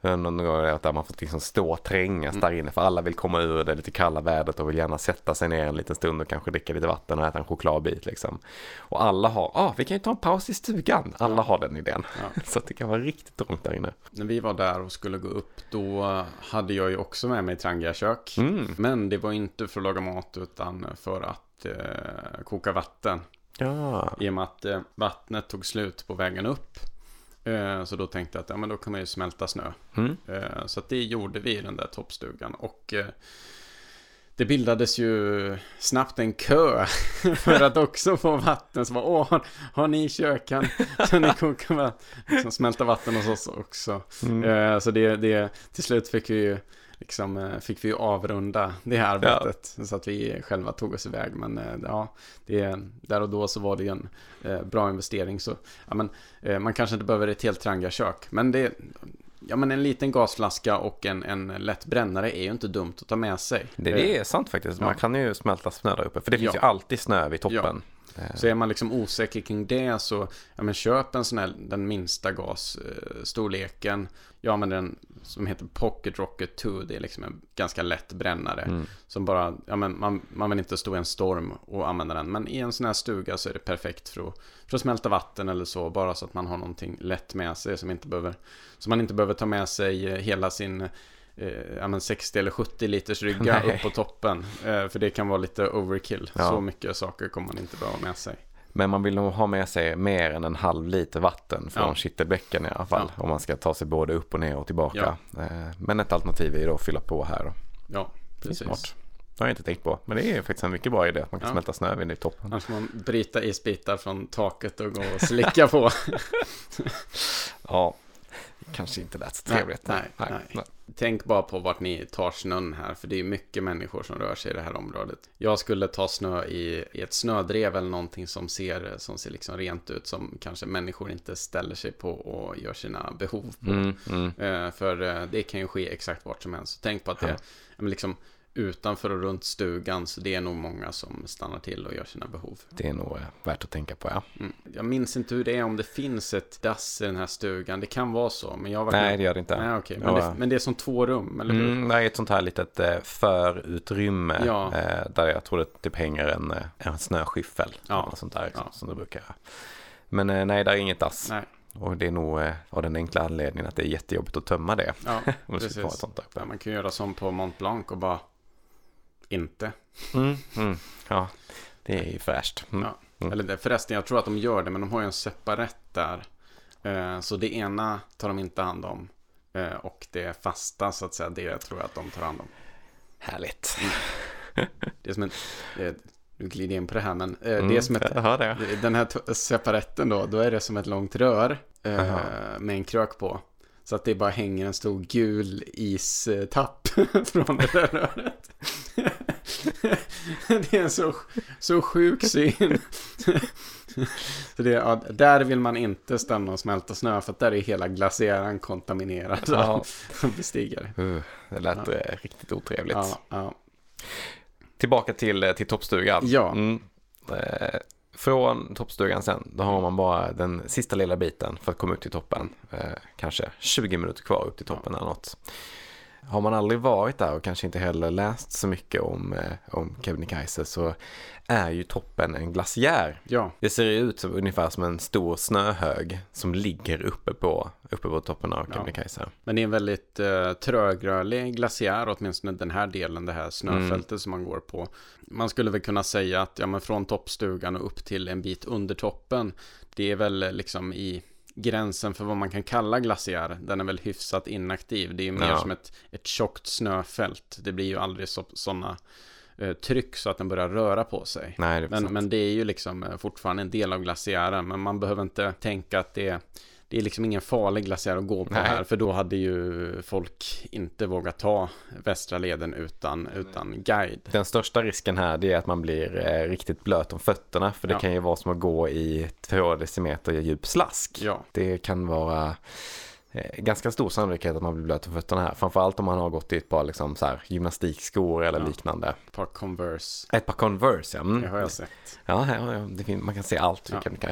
Någon gång att man får liksom stå och trängas mm. där inne, för alla vill komma ur det lite kalla vädret och vill gärna sätta sig ner en liten stund och kanske dricka lite vatten och äta en chokladbit liksom. Och alla har, ja ah, vi kan ju ta en paus i stugan. Alla har den idén. Ja. Så det kan vara riktigt trångt där inne. När vi var där och skulle gå upp, då hade jag ju också med mig Trangia-kök. Mm. Men det var inte för att laga mat utan för att eh, koka vatten. Ja. I och med att eh, vattnet tog slut på vägen upp. Eh, så då tänkte jag att ja, men då kan man ju smälta snö. Mm. Eh, så att det gjorde vi i den där toppstugan. Och eh, det bildades ju snabbt en kö för att också få vatten. Så bara, åh, har, har ni kök? Kan, kan ni koka vatten? Liksom smälta vatten hos oss också. Mm. Eh, så det, det, till slut fick vi ju Liksom, fick vi ju avrunda det här arbetet ja. Så att vi själva tog oss iväg. Men ja, det, där och då så var det ju en eh, bra investering. Så ja, men, eh, man kanske inte behöver ett helt Trangia-kök. Men, det, ja, men en liten gasflaska och en, en lätt brännare är ju inte dumt att ta med sig. Det, det är sant faktiskt. Man ja. kan ju smälta snö där uppe. För det finns ja. ju alltid snö vid toppen. Ja. Så är man liksom osäker kring det så ja, men köp en sån här, den minsta gasstorleken. Jag använder den som heter Pocket Rocket två. Det är liksom en ganska lätt brännare mm. som bara, ja, men man, man vill inte stå i en storm och använda den. Men i en sån här stuga så är det perfekt för att, för att smälta vatten eller så. Bara så att man har någonting lätt med sig som, inte behöver, som man inte behöver ta med sig hela sin Eh, ja, men sextio eller sjuttio liters rygga Nej. upp på toppen. Eh, för det kan vara lite overkill. Ja. Så mycket saker kommer man inte behöva med sig. Men man vill nog ha med sig mer än en halv liter vatten från ja. Kittelbäcken i alla fall. Ja. Om man ska ta sig både upp och ner och tillbaka. Ja. Eh, men ett alternativ är ju då att fylla på här. Då. Ja, precis. Det är smart. Det har jag inte tänkt på. Men det är faktiskt en mycket bra idé att man kan ja. smälta snö vid i toppen. Annars får man bryta isbitar från taket och gå och slicka på. Ja. Kanske inte lät så trevligt. Nej, nej, nej. nej. Tänk bara på vart ni tar snön här. För det är mycket människor som rör sig i det här området. Jag skulle ta snö i, i ett snödrev eller någonting som ser, som ser liksom rent ut. Som kanske människor inte ställer sig på och gör sina behov på. Mm, mm. Uh, för uh, det kan ju ske exakt vart som helst. Så tänk på att det är liksom utanför och runt stugan, så det är nog många som stannar till och gör sina behov. Det är nog eh, värt att tänka på, ja. Mm. Jag minns inte hur det är om det finns ett dass i den här stugan. Det kan vara så, men jag var Nej, det gör det inte. Nej, okay. men, det, men det är som två rum, eller hur? Mm, nej, ett sånt här litet eh, förutrymme ja. eh, där jag tror det typ hänger en, en snöskyffel ja. eller sånt där liksom, ja. som det brukar göra. Men eh, nej, där är inget dass. Nej. Och det är nog eh, av den enkla anledningen att det är jättejobbigt att tömma det. Ja, precis. Ett sånt där. Ja, man kan göra som på Mont Blanc och bara inte. Mm, mm, ja, det är ju fräscht. Mm. Ja. Eller det, förresten, jag tror att de gör det, men de har ju en separat där. Eh, så det ena tar de inte hand om. Eh, och det fasta, så att säga, det tror jag att de tar hand om. Härligt. Mm. Det är som en... Det, nu glider in på det här, men eh, mm, det är som ett... Det. Den här t- separaten då, då är det som ett långt rör eh, med en krök på. Så att det bara hänger en stor gul istapp från det där röret. Det är en så, så sjuk syn. Så det, ja, där vill man inte stanna och smälta snö, för att där är hela glaciären kontaminerad ja. som bestigare. Uh, det lät ja. riktigt otrevligt. Ja, ja. Tillbaka till, till toppstugan. Ja. Mm. Eh, från toppstugan sen, då har man bara den sista lilla biten för att komma ut till toppen. Eh, kanske tjugo minuter kvar upp till toppen ja. eller något. Har man aldrig varit där och kanske inte heller läst så mycket om, eh, om Kebnekaise, så är ju toppen en glaciär. Ja. Det ser ut som, ungefär som en stor snöhög som ligger uppe på, uppe på toppen av Kebnekaise. Ja. Men det är en väldigt eh, trögrörlig glaciär, åtminstone den här delen, det här snöfältet mm. som man går på. Man skulle väl kunna säga att ja, men från toppstugan och upp till en bit under toppen, det är väl liksom i gränsen för vad man kan kalla glaciär. Den är väl hyfsat inaktiv. Det är ju mer ja. som ett, ett tjockt snöfält. Det blir ju aldrig så, sådana eh, tryck så att den börjar röra på sig. Nej, det men, men det är ju liksom eh, fortfarande en del av glaciären. Men man behöver inte tänka att det, det är liksom ingen farlig glaciär att gå på Nej. här. För då hade ju folk inte vågat ta västra leden utan, utan guide. Den största risken här, det är att man blir eh, riktigt blöt om fötterna. För det ja. kan ju vara som att gå i två decimeter djup slask. Ja. Det kan vara eh, ganska stor sannolikhet att man blir blöt om fötterna här. Framförallt om man har gått i ett par liksom, så här, gymnastikskor eller ja. liknande. Ett par Converse. Ett par Converse, ja. Mm. Det har jag sett. Ja, ja, ja det fin- man kan se allt i ja. Kebnekaise.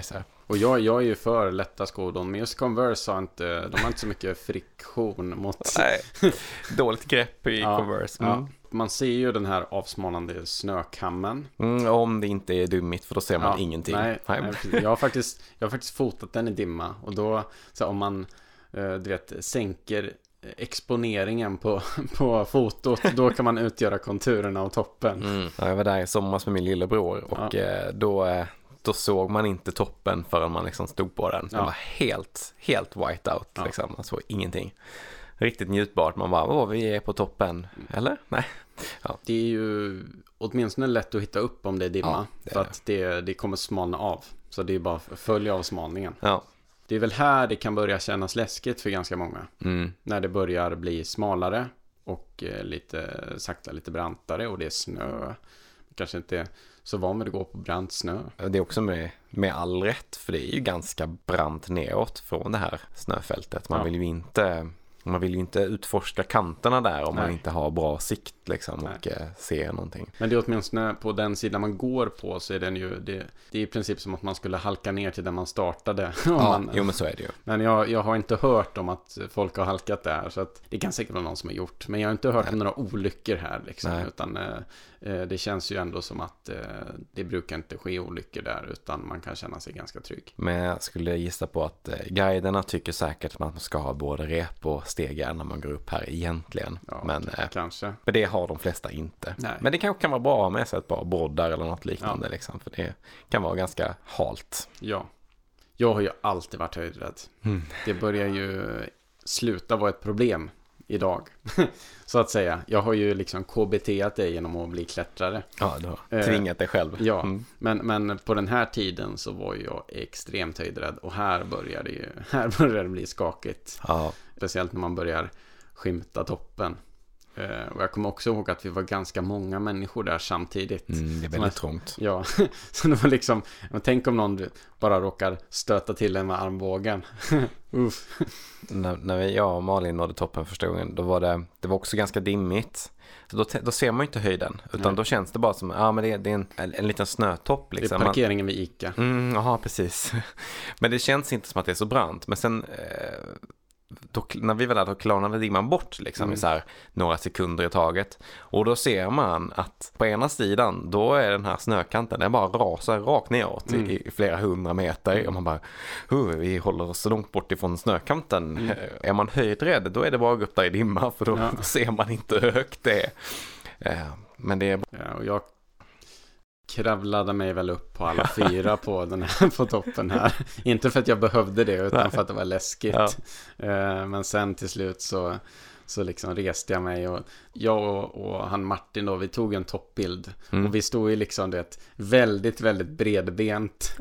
Och jag, jag är ju för lätta skodon, men just Converse har inte, de har inte så mycket friktion mot... Nej, dåligt grepp i ja, Converse. Mm. Ja. Man ser ju den här avsmalnande snökammen. Mm, om det inte är dimmigt, för då ser man ja, ingenting. Nej, nej. Jag, har faktiskt, jag har faktiskt fotat den i dimma. Och då, så om man du vet, sänker exponeringen på, på fotot, då kan man utgöra konturerna av toppen. Mm. Ja, jag var där i somras med min lillebror och ja. då... Då såg man inte toppen förrän man liksom stod på den. Den ja. var helt, helt white out. Ja. Liksom. Man såg ingenting. Riktigt njutbart. Man bara, åh, vi är på toppen. Eller? Nej. Ja. Det är ju åtminstone lätt att hitta upp om det är dimma. Ja, det är för det. Att det, det kommer smalna av. Så det är bara att följa avsmalningen. Ja. Det är väl här det kan börja kännas läskigt för ganska många. Mm. När det börjar bli smalare och lite sakta lite brantare och det är snö. Kanske inte så van med att gå på brant snö. Det är också med, med all rätt, för det är ju ganska brant neråt från det här snöfältet. Man ja. vill ju inte man vill ju inte utforska kanterna där om Nej. man inte har bra sikt liksom, och eh, ser någonting. Men det är åtminstone på den sidan man går på, så är den ju det, det är i princip som att man skulle halka ner till där man startade. Ja, man, jo men så är det ju. Men jag, jag har inte hört om att folk har halkat där, så att det kan säkert vara någon som har gjort. Men jag har inte hört Nej. om några olyckor här liksom, utan eh, det känns ju ändå som att eh, det brukar inte ske olyckor där, utan man kan känna sig ganska trygg. Men jag skulle gissa på att eh, guiderna tycker säkert att man ska ha både rep och stegar när man går upp här egentligen. Ja, men eh, kanske. För det har de flesta inte. Nej. Men det kanske kan vara bra med sig ett par broddar eller något liknande ja. liksom, för det kan vara ganska halt. Ja. Jag har ju alltid varit höjdrädd. Mm. Det börjar ju sluta vara ett problem idag. Så att säga. Jag har ju liksom K B T-at det genom att bli klättrare. Ja, du har tvingat dig själv. Eh, ja, mm. men, men på den här tiden så var jag extremt höjdrädd. Och här börjar det ju, här börjar det bli skakigt. Ja. Speciellt när man börjar skymta toppen. Uh, och jag kommer också ihåg att vi var ganska många människor där samtidigt. Mm, det är väldigt trångt. Ja, så det var liksom, tänk om någon bara råkar stöta till en med armbågen. Uff. När, när vi, jag och Malin nådde toppen första gången, då var det, det var också ganska dimmigt. Så då, då ser man ju inte höjden, utan Nej. då känns det bara som, ja men det, det är en, en, en liten snötopp liksom. Det är parkeringen vid Ica. Mm, ja, precis. Men det känns inte som att det är så brant. Men sen... Eh, Då, när vi var där, då klarnade dimman bort liksom, mm. i så här några sekunder i taget. Och då ser man att på ena sidan, då är den här snökanten, den bara rasar rakt neråt mm. i, i flera hundra meter. Och man bara, vi håller oss så långt bort ifrån snökanten. Mm. Är man höjdrädd, då är det bara att gå upp där i dimma, för då, ja. då ser man inte hur högt det är. Men det är... Ja, och jag kravlade mig väl upp på alla fyra på den här, på toppen här. Inte för att jag behövde det, utan Nej. för att det var läskigt. Ja. Men sen till slut så, så liksom reste jag mig, och jag och, och han Martin då, vi tog en toppbild. Mm. Och vi stod ju liksom det väldigt, väldigt bredbent.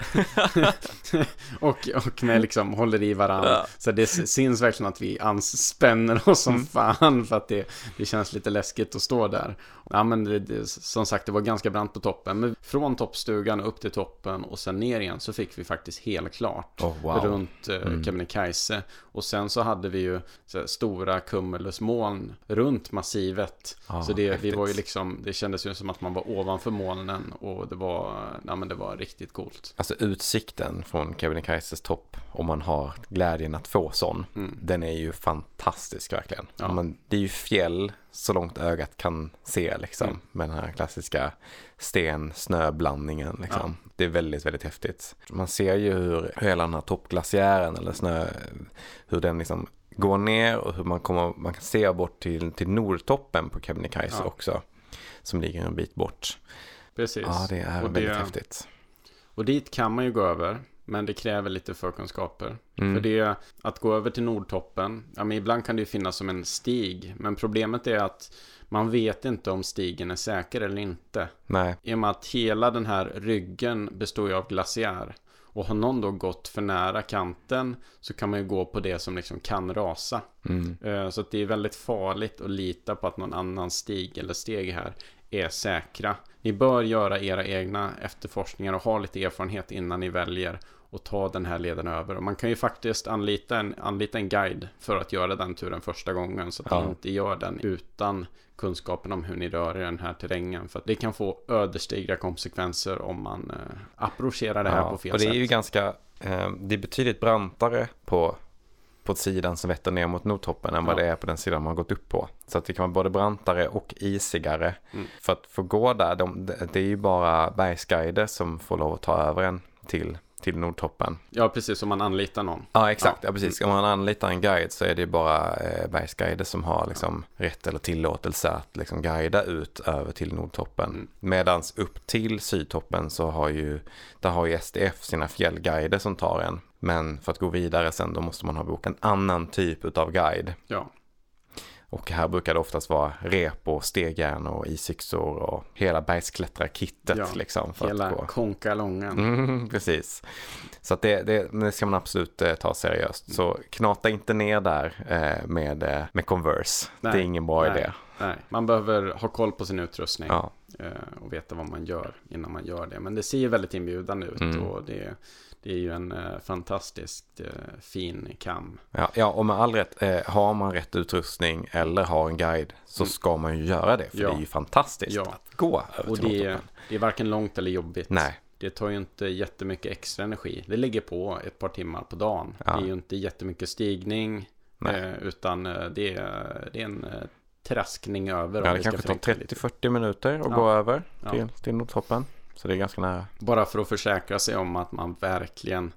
och, och med liksom håller i varandra. Ja. Så det syns verkligen att vi anspänner oss som mm. fan, för att det, det känns lite läskigt att stå där. Ja, men det, det, som sagt, det var ganska brant på toppen. Men från toppstugan upp till toppen och sen ner igen, så fick vi faktiskt helt klart oh, wow. runt eh, mm. Kebnekaise. Och sen så hade vi ju så här, stora cumulusmoln runt massivet. Ah, så det, vi var ju liksom, det kändes ju som att man var ovanför molnen, och det var, ja, men det var riktigt coolt. Alltså utsikten från Kebnekaises topp, om man har glädjen att få sån, mm. den är ju fantastisk verkligen. Ja. Man, det är ju fjäll så långt ögat kan se liksom, mm. med den här klassiska sten-snöblandningen liksom. Ja. Det är väldigt, väldigt häftigt. Man ser ju hur hela den här toppglaciären eller snö, hur den liksom går ner, och hur man kommer, man kan se bort till, till nordtoppen på Kebnekaise ja. också, som ligger en bit bort. Precis. Ja, det är och väldigt det, häftigt. Och dit kan man ju gå över, men det kräver lite förkunskaper. Mm. För det att gå över till nordtoppen, ja, men ibland kan det ju finnas som en stig, men problemet är att man vet inte om stigen är säker eller inte. Nej. I och med att hela den här ryggen består ju av glaciär. Och har någon då gått för nära kanten, så kan man ju gå på det som liksom kan rasa. Mm. Så att det är väldigt farligt att lita på att någon annan stig eller steg här är säkra. Ni bör göra era egna efterforskningar och ha lite erfarenhet innan ni väljer och ta den här leden över. Och man kan ju faktiskt anlita en, anlita en guide för att göra den turen första gången, så att ja. ni inte gör den utan kunskapen om hur ni rör i den här terrängen. För att det kan få ödesdigra konsekvenser om man eh, approcherar det här ja, på fel och det är sätt. ju ganska, eh, det är betydligt brantare på på sidan som vetter ner mot Nordtoppen än vad ja. det är på den sidan man har gått upp på. Så att det kan vara både brantare och isigare. Mm. För att få gå där, de, det är ju bara bergsguider som får lov att ta över en till, till Nordtoppen. Ja, precis, om man anlitar någon. Ja, exakt. Ja. Ja, precis. Om man anlitar en guide så är det bara eh, bergsguider som har liksom, rätt eller tillåtelse att liksom, guida ut över till Nordtoppen. Mm. Medans upp till Sydtoppen så har ju, där har ju S D F sina fjällguider som tar en. Men för att gå vidare sen då måste man ha bokat en annan typ av guide. Ja. Och här brukar det oftast vara rep och stegjärn och isyxor och hela bergsklättrarkittet. Ja, liksom, för hela att gå. konkalongen. Mm, precis. Så att det, det, det ska man absolut eh, ta seriöst. Mm. Så knata inte ner där eh, med, eh, med Converse. Nej, det är ingen bra nej, idé. Nej, man behöver ha koll på sin utrustning. Ja. eh, och veta vad man gör innan man gör det. Men det ser ju väldigt inbjudande ut mm. och det Det är ju en eh, fantastiskt eh, fin kam. Ja, ja, och med all rätt, eh, har man rätt utrustning eller har en guide så mm. ska man ju göra det. För ja. det är ju fantastiskt ja. att gå över och till det är, det är varken långt eller jobbigt. Nej. Det tar ju inte jättemycket extra energi. Det ligger på ett par timmar på dagen. Ja. Det är ju inte jättemycket stigning. Eh, utan eh, det, är, det är en eh, traskning över. Ja, det kanske tar trettio till fyrtio minuter att ja. gå över till, ja. till Nordtoppen. Så det är ganska nära. Bara för att försäkra sig om att man verkligen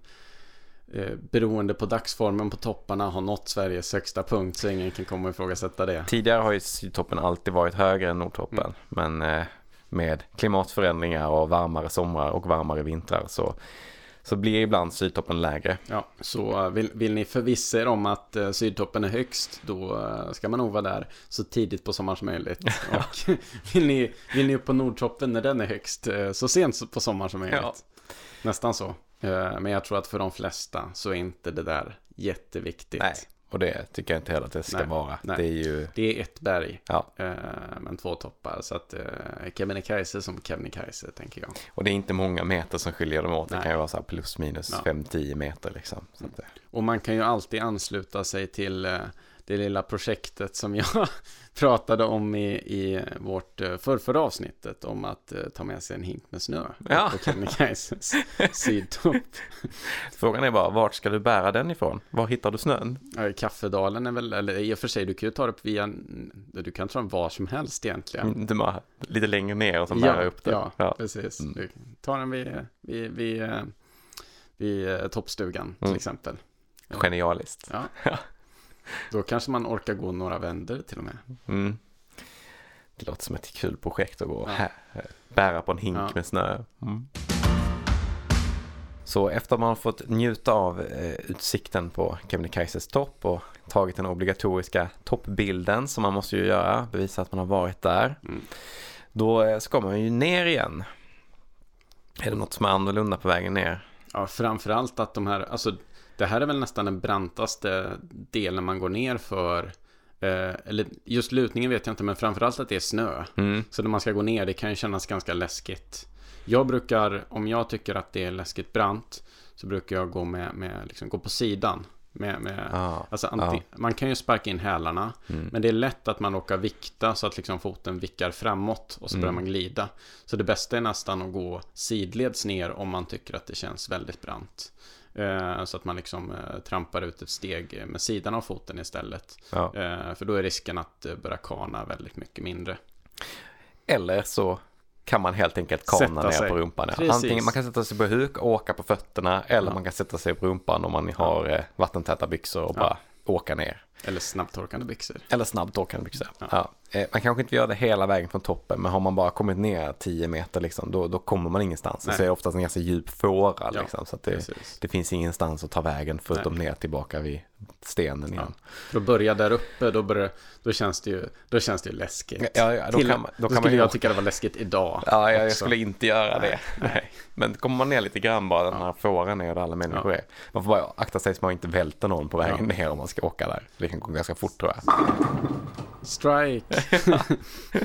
eh, beroende på dagsformen på topparna har nått Sveriges högsta punkt, så ingen kan komma och ifrågasätta det. Tidigare har ju Sydtoppen alltid varit högre än Nordtoppen. Mm. Men eh, med klimatförändringar och varmare somrar och varmare vintrar så, så blir ibland Sydtoppen lägre. Ja, så vill, vill ni förvissa er om att eh, Sydtoppen är högst, då eh, ska man nog vara där så tidigt på sommaren som möjligt. Och vill ni, vill ni upp på Nordtoppen när den är högst, eh, så sent på sommaren som möjligt. Ja. Nästan så. Eh, men jag tror att för de flesta så är inte det där jätteviktigt. Nej. Och det tycker jag inte heller att det ska nej, vara. Nej. Det är ju... Det är ett berg, ja. eh, men två toppar. Så att eh, Kebnekaise som Kebnekaise, tänker jag. Och det är inte många meter som skiljer dem åt. Nej. Det kan ju vara så här plus minus ja. fem till tio meter. Liksom. Så att det... Och man kan ju alltid ansluta sig till eh, det lilla projektet som jag pratade om i, i vårt förrförra avsnittet om att uh, ta med sig en hink med snö ja. på Kebnekaises sydtopp. Frågan är bara, vart ska du bära den ifrån? Var hittar du snön? Ja, Kaffedalen är väl, eller i och för sig, du kan ju ta det via, du kan ta den var som helst egentligen. Du bara lite längre ner och så ja, bära upp den. Ja, ja. precis. Mm. Du tar den vid, vid, vid, vid toppstugan till mm. exempel. Genialiskt. Ja. Då kanske man orkar gå några vändor till och med. Mm. Det låter som ett kul projekt att gå ja. här, bära på en hink ja. med snö. Mm. Så efter att man har fått njuta av eh, utsikten på Kebnekaises topp och tagit den obligatoriska toppbilden som man måste ju göra, bevisa att man har varit där. Mm. Då eh, ska man ju ner igen. Är det något som är annorlunda på vägen ner? Ja, framförallt att de här, alltså det här är väl nästan den brantaste delen man går ner för. Eh, eller just lutningen vet jag inte, men framförallt att det är snö. Mm. Så när man ska gå ner, det kan ju kännas ganska läskigt. Jag brukar, om jag tycker att det är läskigt brant, så brukar jag gå med, med liksom, gå på sidan. Med, med, ah, alltså, anti- ah. Man kan ju sparka in hälarna, mm. men det är lätt att man råkar vikta så att liksom, foten vickar framåt och så börjar mm. man glida. Så det bästa är nästan att gå sidleds ner om man tycker att det känns väldigt brant. Uh, så att man liksom uh, trampar ut ett steg med sidan av foten istället. Ja. Uh, för då är risken att uh, börja kana väldigt mycket mindre. Eller så kan man helt enkelt kana ner sig på rumpan. Antingen man kan sätta sig på huk och åka på fötterna, eller ja. man kan sätta sig på rumpan om man har uh, vattentäta byxor och ja. bara åka ner. Eller snabbtorkande byxor. Eller snabbtorkande byxor. Ja. Ja. Eh, man kanske inte gör det hela vägen från toppen, men har man bara kommit ner tio meter liksom, då, då kommer man ingenstans. Nej. Det är oftast en ganska djup fåra ja, liksom, så att det, det finns ingenstans att ta vägen förutom Nej. ner tillbaka vid stenen igen. Ja. För att börja där uppe, då, börjar, då, känns det ju, då känns det ju läskigt. Ja, ja, då, Till, kan man, då, då kan skulle man jag tycka det var läskigt idag. Ja, jag, jag skulle inte göra Nej. det. Nej. Men kommer man ner lite grann bara, den här ja. fåran ner där alla människor ja. är. Man får bara akta sig så man inte välter någon på vägen ja. ner om man ska åka där. Det kan gå ganska fort, tror jag. Strike.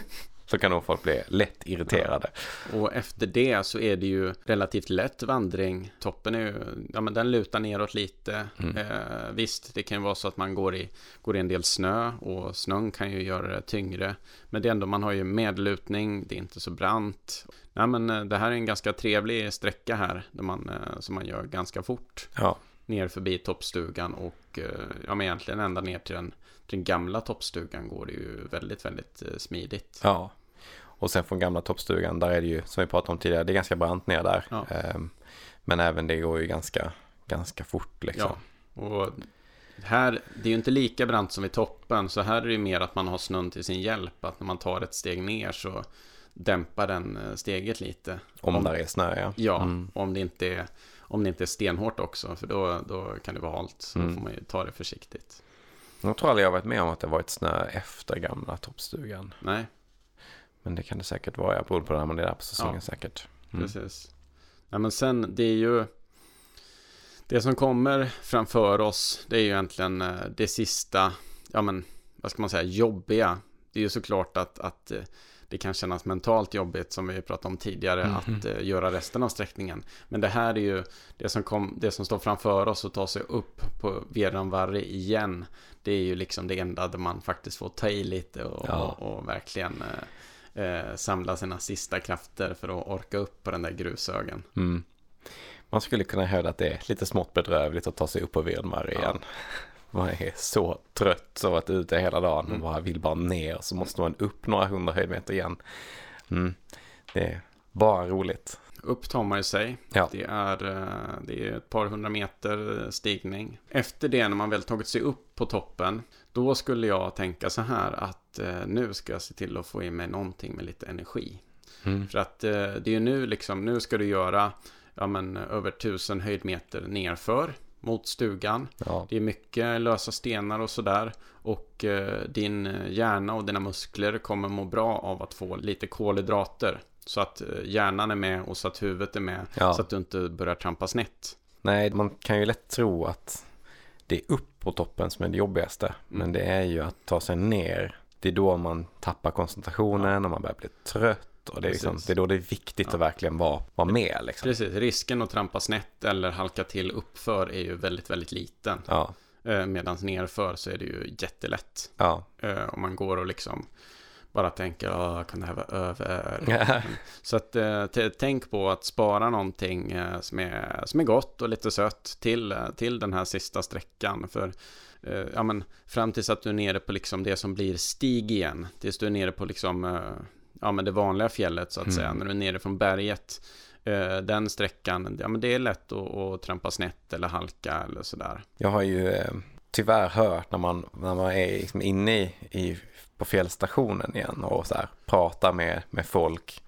så kan nog folk bli lätt irriterade. Ja. Och efter det så är det ju relativt lätt vandring. Toppen är ju, ja men den lutar neråt lite. Mm. Eh, visst, det kan ju vara så att man går i, går i en del snö och snön kan ju göra det tyngre. Men det är ändå, man har ju medlutning, det är inte så brant. Nej men det här är en ganska trevlig sträcka här där man, som man gör ganska fort. Ja. Ner förbi toppstugan och ja men egentligen ända ner till den, till den gamla toppstugan går det ju väldigt, väldigt smidigt. Ja, och sen från gamla toppstugan, där är det ju, som vi pratade om tidigare, det är ganska brant ner där. Ja. Men även det går ju ganska, ganska fort liksom. Ja, och här, det är ju inte lika brant som vid toppen, så här är det ju mer att man har snön till sin hjälp, att när man tar ett steg ner så dämpar den steget lite. Om, om där är snö, ja. Ja, mm. om det inte är Om det inte är stenhårt också, för då, då kan det vara halt. Så mm. då får man ju ta det försiktigt. Jag tror aldrig jag varit med om att det varit snö efter gamla toppstugan. Nej. Men det kan det säkert vara. Jag beror på det när man är där på säsongen ja. säkert. Mm. Precis. Ja, men sen, det är ju... Det som kommer framför oss, det är ju egentligen det sista, ja men, vad ska man säga, jobbiga. Det är ju såklart att... att det kan kännas mentalt jobbigt, som vi pratade om tidigare, mm. att uh, göra resten av sträckningen. Men det här är ju det som, kom, det som står framför oss och ta sig upp på Viedänvarri igen. Det är ju liksom det enda där man faktiskt får ta i lite och, ja. och, och verkligen uh, uh, samla sina sista krafter för att orka upp på den där grusögen. Mm. Man skulle kunna hävda att det är lite smått bedrövligt att ta sig upp på Viedänvarri ja. igen. Man är så trött så att ute hela dagen och mm. bara vill bara ner, så måste man upp några hundra höjdmeter igen. Mm. Det är bara roligt. Upp tar man ju sig. Ja. Det, är, det är ett par hundra meter stigning. Efter det, när man väl tagit sig upp på toppen, då skulle jag tänka så här att eh, nu ska jag se till att få in mig någonting med lite energi. Mm. För att eh, det är ju nu liksom, nu ska du göra ja, men, över tusen höjdmeter nerför mot stugan. Ja. Det är mycket lösa stenar och sådär. Och eh, din hjärna och dina muskler kommer må bra av att få lite kolhydrater. Så att eh, hjärnan är med och så att huvudet är med. Ja. Så att du inte börjar trampa snett. Nej, man kan ju lätt tro att det är upp på toppen som är det jobbigaste. Mm. Men det är ju att ta sig ner. Det är då man tappar koncentrationen och man börjar bli trött. Och det är, liksom, det är då det är viktigt ja. att verkligen vara, vara med. Liksom. Precis, risken att trampa snett eller halka till uppför är ju väldigt, väldigt liten. Ja. Eh, Medan nerför så är det ju jättelätt. Ja. Eh, om man går och liksom bara tänker, ah, kan det här vara över? Ja. Så att, eh, t- tänk på att spara någonting eh, som, är, som är gott och lite sött till, eh, till den här sista sträckan. För eh, ja, men, fram tills att du är nere på liksom det som blir stig igen. Tills du är nere på liksom... Eh, ja, men det vanliga fjället så att mm. säga, när du är nere från berget, eh, den sträckan, ja men det är lätt att, att trampa snett eller halka eller sådär. Jag har ju eh, tyvärr hört när man, när man är liksom inne i, i, på fjällstationen igen och så här, pratar med, med folk,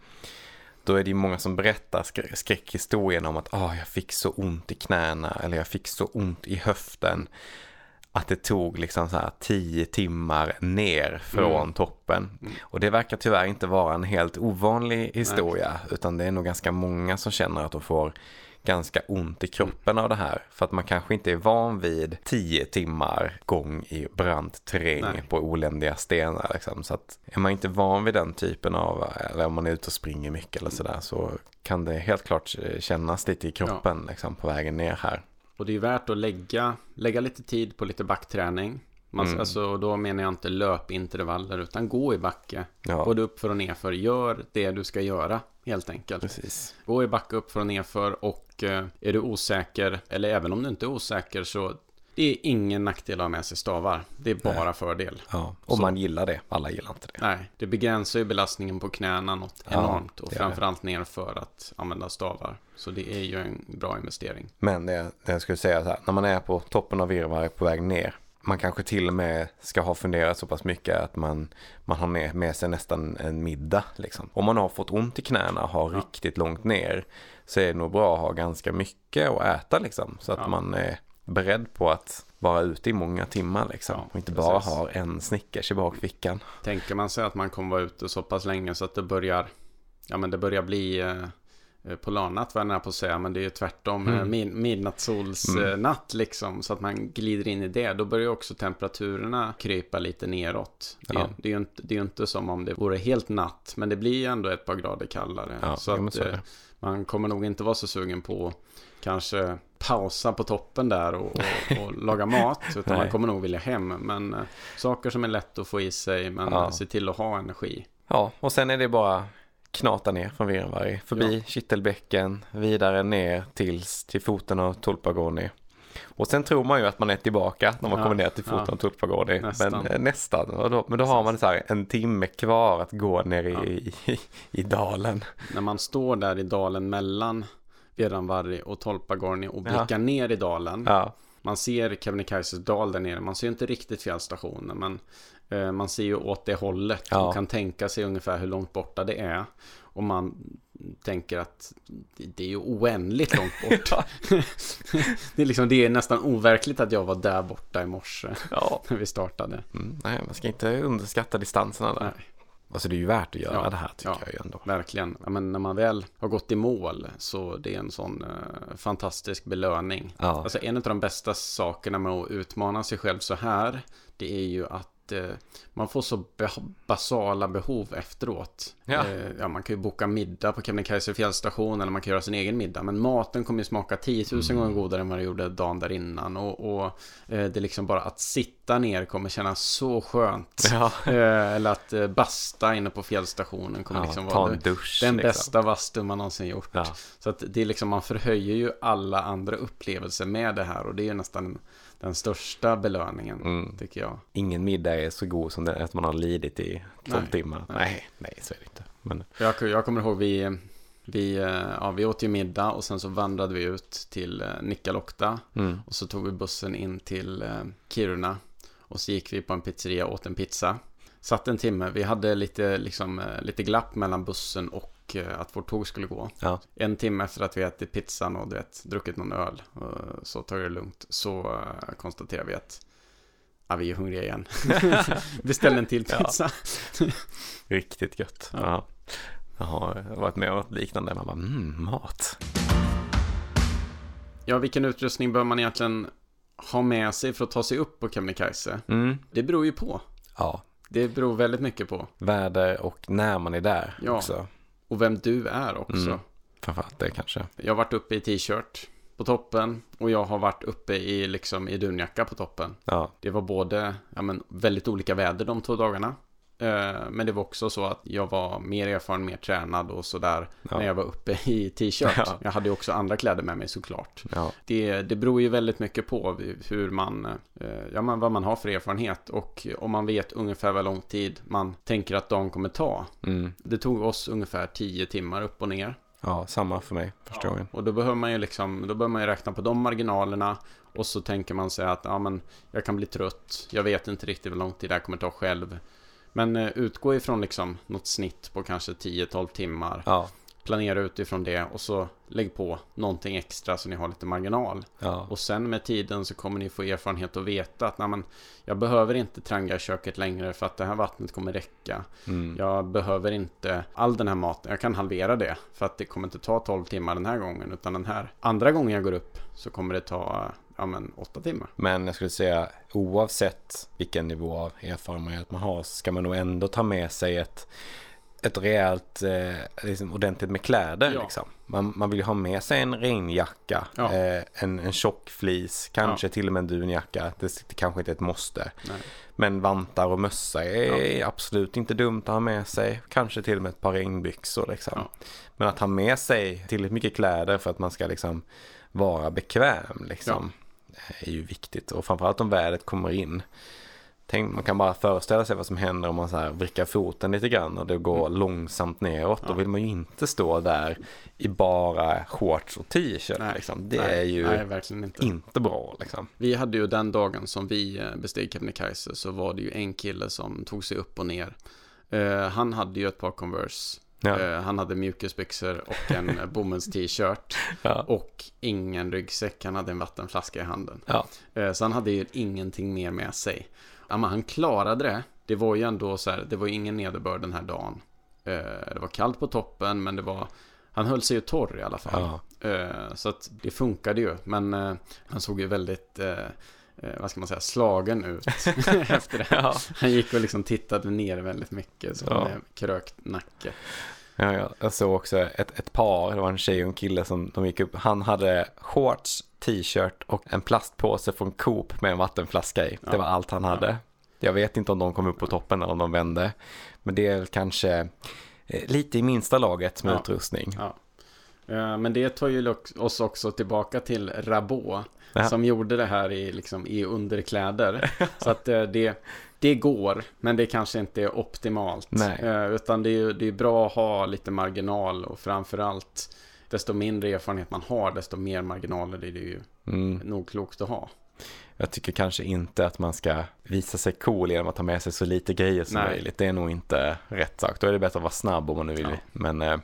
då är det ju många som berättar sk- skräckhistorien om att ah, jag fick så ont i knäna eller jag fick så ont i höften. Att det tog liksom så här tio timmar ner från mm. toppen. Mm. Och det verkar tyvärr inte vara en helt ovanlig historia. Nej. Utan det är nog ganska många som känner att de får ganska ont i kroppen mm. av det här. För att man kanske inte är van vid tio timmar gång i brant terräng Nej. på oländiga stenar. Liksom. Så att är man inte van vid den typen av, eller om man är ute och springer mycket eller sådär, så kan det helt klart kännas lite i kroppen ja. liksom, på vägen ner här. Och det är värt att lägga, lägga lite tid på lite backträning. Man, mm. alltså, då menar jag inte löpintervaller utan gå i backe. Ja. Både upp för och nerför. Gör det du ska göra helt enkelt. Precis. Gå i backe upp för och nerför. Och eh, är du osäker, eller även om du inte är osäker, så det är ingen nackdel att ha med sig stavar. Det är bara Nej. fördel. Ja. Och så. Man gillar det. Alla gillar inte det. Nej, det begränsar ju belastningen på knäna något ja, enormt. Och framförallt ner för att använda stavar. Så det är ju en bra investering. Men det, det jag skulle säga så här, när man är på toppen av Viedänvarri på väg ner, man kanske till och med ska ha funderat så pass mycket att man, man har med, med sig nästan en middag. Liksom. Om man har fått ont i knäna och har ja. riktigt långt ner, så är det nog bra att ha ganska mycket att äta. Liksom, så att ja. man är beredd på att vara ute i många timmar liksom, ja, och inte precis. bara ha en Snickers i bakfickan. Tänker man sig att man kommer vara ute så pass länge så att det börjar, ja, men det börjar bli... Eh... polarnatt var jag nära på att säga, men det är ju tvärtom mm. Mid- midnattssolsnatt mm. liksom, så att man glider in i det. Då börjar också temperaturerna krypa lite neråt. Det, ja. det, är ju inte, det är ju inte som om det vore helt natt, men det blir ju ändå ett par grader kallare. Ja, så att eh, man kommer nog inte vara så sugen på kanske pausa på toppen där och, och, och laga mat, utan man kommer nog vilja hem. Men eh, saker som är lätt att få i sig, men ja. se till att ha energi. Ja, och sen är det bara knata ner från Virranvarg, förbi ja. Kittelbäcken, vidare ner tills till foten av Tolpagårni. Och sen tror man ju att man är tillbaka när man ja, kommer ner till foten ja. av Tolpagårni. Men eh, nästan. Och då, men då har man så här en timme kvar att gå ner i, ja. i, i, i dalen. När man står där i dalen mellan Virranvarg och Tolpagårni och blickar ja. ner i dalen. Ja. Man ser Kebnekaises dal där nere. Man ser inte riktigt fjällstationen, men eh, man ser ju åt det hållet. Ja. Och kan tänka sig ungefär hur långt borta det är. Och man tänker att det är ju oändligt långt bort. det, är liksom, det är nästan overkligt att jag var där borta i morse ja. när vi startade. Mm, nej, man ska inte underskatta distanserna där. Nej. Alltså det är ju värt att göra ja, det här tycker ja, jag ju ändå. Verkligen. Ja, men när man väl har gått i mål så det är en sån eh, fantastisk belöning. Ja. Alltså en av de bästa sakerna med att utmana sig själv så här, det är ju att eh, man får så be- basala behov efteråt. Ja. Eh, ja, man kan ju boka middag på Kebnekaise fjällstation eller man kan göra sin egen middag. Men maten kommer ju smaka tiotusen mm. gånger godare än vad det gjorde dagen där innan. Och, och eh, det är liksom bara att sitta ner kommer kännas så skönt. Ja. Eh, eller att eh, basta inne på fjällstationen kommer ja, liksom vara dusch, den liksom. bästa vastu man någonsin gjort. Ja. Så att det är liksom, man förhöjer ju alla andra upplevelser med det här. Och det är ju nästan den största belöningen, mm. tycker jag. Ingen middag är så god som det att man har lidit i tolv timmar. Nej. nej, nej, så är det inte. Men... Jag, jag kommer ihåg, vi, vi, ja, vi åt ju middag och sen så vandrade vi ut till Nikkaluokta mm. och så tog vi bussen in till Kiruna och så gick vi på en pizzeria och åt en pizza. Satt en timme, vi hade lite, liksom, lite glapp mellan bussen och att vårt tåg skulle gå. Ja. En timme efter att vi ätit pizzan och du vet, druckit någon öl så tog det lugnt, så konstaterar vi att ja, vi är hungriga igen. Beställ en till pizza. Ja. Riktigt gött. Ja. Ja. Jag har varit med om något liknande. Man bara, mm, mat. Ja, vilken utrustning bör man egentligen ha med sig för att ta sig upp på Kebnekaise? Mm. Det beror ju på. Ja. Det beror väldigt mycket på. Väder och när man är där ja. också. Och vem du är också. Mm. Framförallt det kanske. Jag har varit uppe i t-shirt på toppen och jag har varit uppe i, liksom, i dunjacka på toppen. Ja. Det var både ja, men, väldigt olika väder de två dagarna. Eh, men det var också så att jag var mer erfaren, mer tränad och sådär ja. när jag var uppe i t-shirt. Ja. Jag hade ju också andra kläder med mig såklart. Ja. Det, det beror ju väldigt mycket på hur man, eh, ja, men, vad man har för erfarenhet och om man vet ungefär vad lång tid man tänker att dagen kommer ta. Mm. Det tog oss ungefär tio timmar upp och ner. Ja, samma för mig första gången. Ja, och då behöver man ju liksom, då behöver man ju räkna på de marginalerna och så tänker man sig att ja, men, jag kan bli trött. Jag vet inte riktigt hur lång tid det här kommer ta själv. Men uh, utgå ifrån liksom något snitt på kanske tio till tolv timmar. Ja. Planera utifrån det och så lägg på någonting extra så ni har lite marginal. Ja. Och sen med tiden så kommer ni få erfarenhet och veta att nej, men, jag behöver inte tranga i köket längre för att det här vattnet kommer räcka. Mm. Jag behöver inte all den här maten. Jag kan halvera det för att det kommer inte ta tolv timmar den här gången, utan den här andra gången jag går upp så kommer det ta ja, men, åtta timmar. Men jag skulle säga oavsett vilken nivå av erfarenhet man har så ska man nog ändå ta med sig ett ett rejält eh, liksom ordentligt med kläder ja. liksom. man, man vill ju ha med sig en regnjacka ja. eh, en, en tjock flis, kanske ja. till och med en dunjacka. Det, det kanske inte är ett måste. Nej. Men vantar och mössa är ja. absolut inte dumt att ha med sig. Kanske till och med ett par regnbyxor liksom. Ja. Men att ha med sig tillräckligt mycket kläder för att man ska liksom vara bekväm liksom, ja. är ju viktigt. Och framförallt om vädret kommer in. Tänk, man kan bara föreställa sig vad som händer om man så här vrickar foten lite grann och det går mm. långsamt neråt. Ja. Då vill man ju inte stå där i bara shorts och t-shirt. Liksom. Det nej, är ju nej, verkligen inte. inte bra. Liksom. Vi hade ju den dagen som vi besteg Kebnekaise så var det ju en kille som tog sig upp och ner. Uh, han hade ju ett par Converse. Ja. Uh, han hade mjukisbyxor och en bomullens t-shirt ja. och ingen ryggsäck. Han hade en vattenflaska i handen. Ja. Uh, så han hade ju ingenting mer med sig. Ja, men han klarade det. Det var ju ändå så här, det var ingen nederbörd den här dagen. Eh, det var kallt på toppen, men det var han höll sig ju torr i alla fall. Ja. Uh, så att det funkade ju. Men uh, han såg ju väldigt, uh, uh, vad ska man säga, slagen ut efter det. Ja. Han gick och liksom tittade ner väldigt mycket. Så Ja. med krökt nacke. Ja, ja, jag såg också ett, ett par, det var en tjej och en kille som de gick upp. Han hade shorts, t-shirt och en plastpåse från Coop med en vattenflaska i. Ja. Det var allt han hade. Ja. Jag vet inte om de kom upp på toppen eller om de vände. Men det är väl kanske lite i minsta laget med Ja. utrustning. Ja. Uh, men det tar ju oss också tillbaka till Rabot. Ja. Som gjorde det här i, liksom, i underkläder. Så att uh, det... Det går, men det kanske inte är optimalt. Nej. Eh, utan det är, det är bra att ha lite marginal och framförallt desto mindre erfarenhet man har, desto mer marginaler är det ju mm. nog klokt att ha. Jag tycker kanske inte att man ska visa sig cool genom att ta med sig så lite grejer som Nej. möjligt. Det är nog inte rätt sak. Då är det bättre att vara snabb om man nu vill. Ja. Men eh,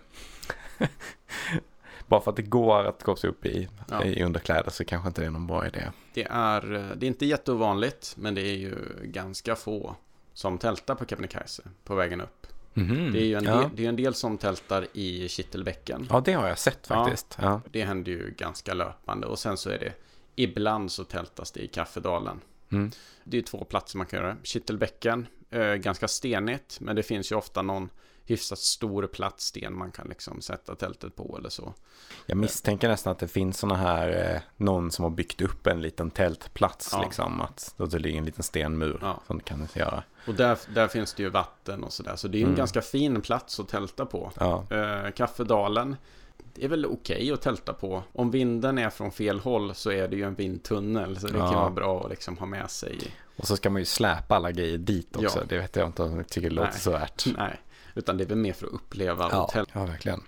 bara för att det går att gå upp i, ja. i underkläder så kanske inte det är någon bra idé. Det är, det är inte jätteovanligt, men det är ju ganska få som tältar på Kebnekaise på vägen upp. Mm-hmm. Det är ju en, ja. del, det är en del som tältar i Kittelbäcken. Ja, det har jag sett faktiskt. Ja. Ja, det händer ju ganska löpande. Och sen så är det, ibland så tältas det i Kaffedalen. Mm. Det är två platser man kan göra. Kittelbäcken, eh, ganska stenigt, men det finns ju ofta någon hyfsat stor plattsten man kan liksom sätta tältet på eller så. Jag misstänker nästan att det finns såna här, eh, någon som har byggt upp en liten tältplats Ja. liksom, att då det ligger en liten stenmur Ja. som det kan det göra. Och där, där finns det ju vatten och sådär, så det är ju en Mm. ganska fin plats att tälta på. Ja. Eh, Kaffedalen, det är väl okej att tälta på. Om vinden är från fel håll så är det ju en vindtunnel, så det Ja. kan vara bra att liksom ha med sig. Och så ska man ju släpa alla grejer dit också. Ja. Det vet jag inte om jag tycker det låter Nej. så värt. Nej, utan det är väl mer för att uppleva Ja, och täl- ja, verkligen.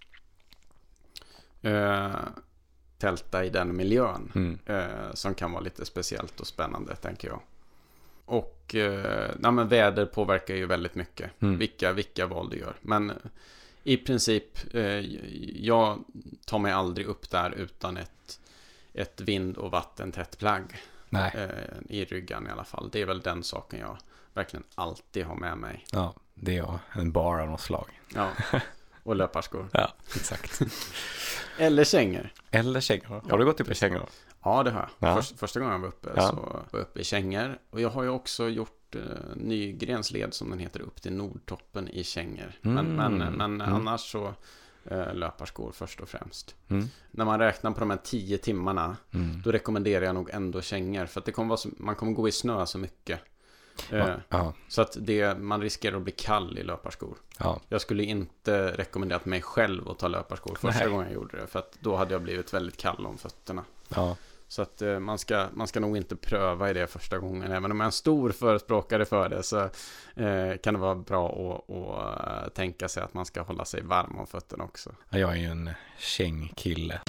eh, tälta i den miljön. Mm. Eh, som kan vara lite speciellt och spännande, tänker jag. Och eh, nej, men väder påverkar ju väldigt mycket. Mm. Vilka, vilka val du gör. Men i princip, eh, jag tar mig aldrig upp där utan ett, ett vind- och vattentätt plagg. Nej. Eh, I ryggan i alla fall. Det är väl den saken jag verkligen alltid har med mig. Ja, det är jag. En bar av något slag. Ja, och löparskor. Ja, exakt. Eller kängor. Eller kängor. Har Ja, du gått upp i kängor? Ja, det har jag. Ja. Först, första gången jag var uppe Ja. så var jag uppe i kängor. Och jag har ju också gjort eh, Nygrens led, som den heter, upp till Nordtoppen i kängor. Mm. Men, men, men Mm. annars så eh, löparskor först och främst. Mm. När man räknar på de här tio timmarna, Mm. då rekommenderar jag nog ändå kängor. För att det kommer vara så, man kommer gå i snö så mycket. Eh, Ja, ja, Så att det, man riskerar att bli kall i löparskor. ja. Jag skulle inte rekommendera mig själv att ta löparskor första Nej. gången jag gjorde det. För att då hade jag blivit väldigt kall om fötterna. ja. Så att eh, man, ska, man ska nog inte pröva i det första gången. Även om jag är en stor förespråkare för det, så eh, kan det vara bra att, att uh, tänka sig att man ska hålla sig varm om fötterna också. Ja, jag är ju en kängkille.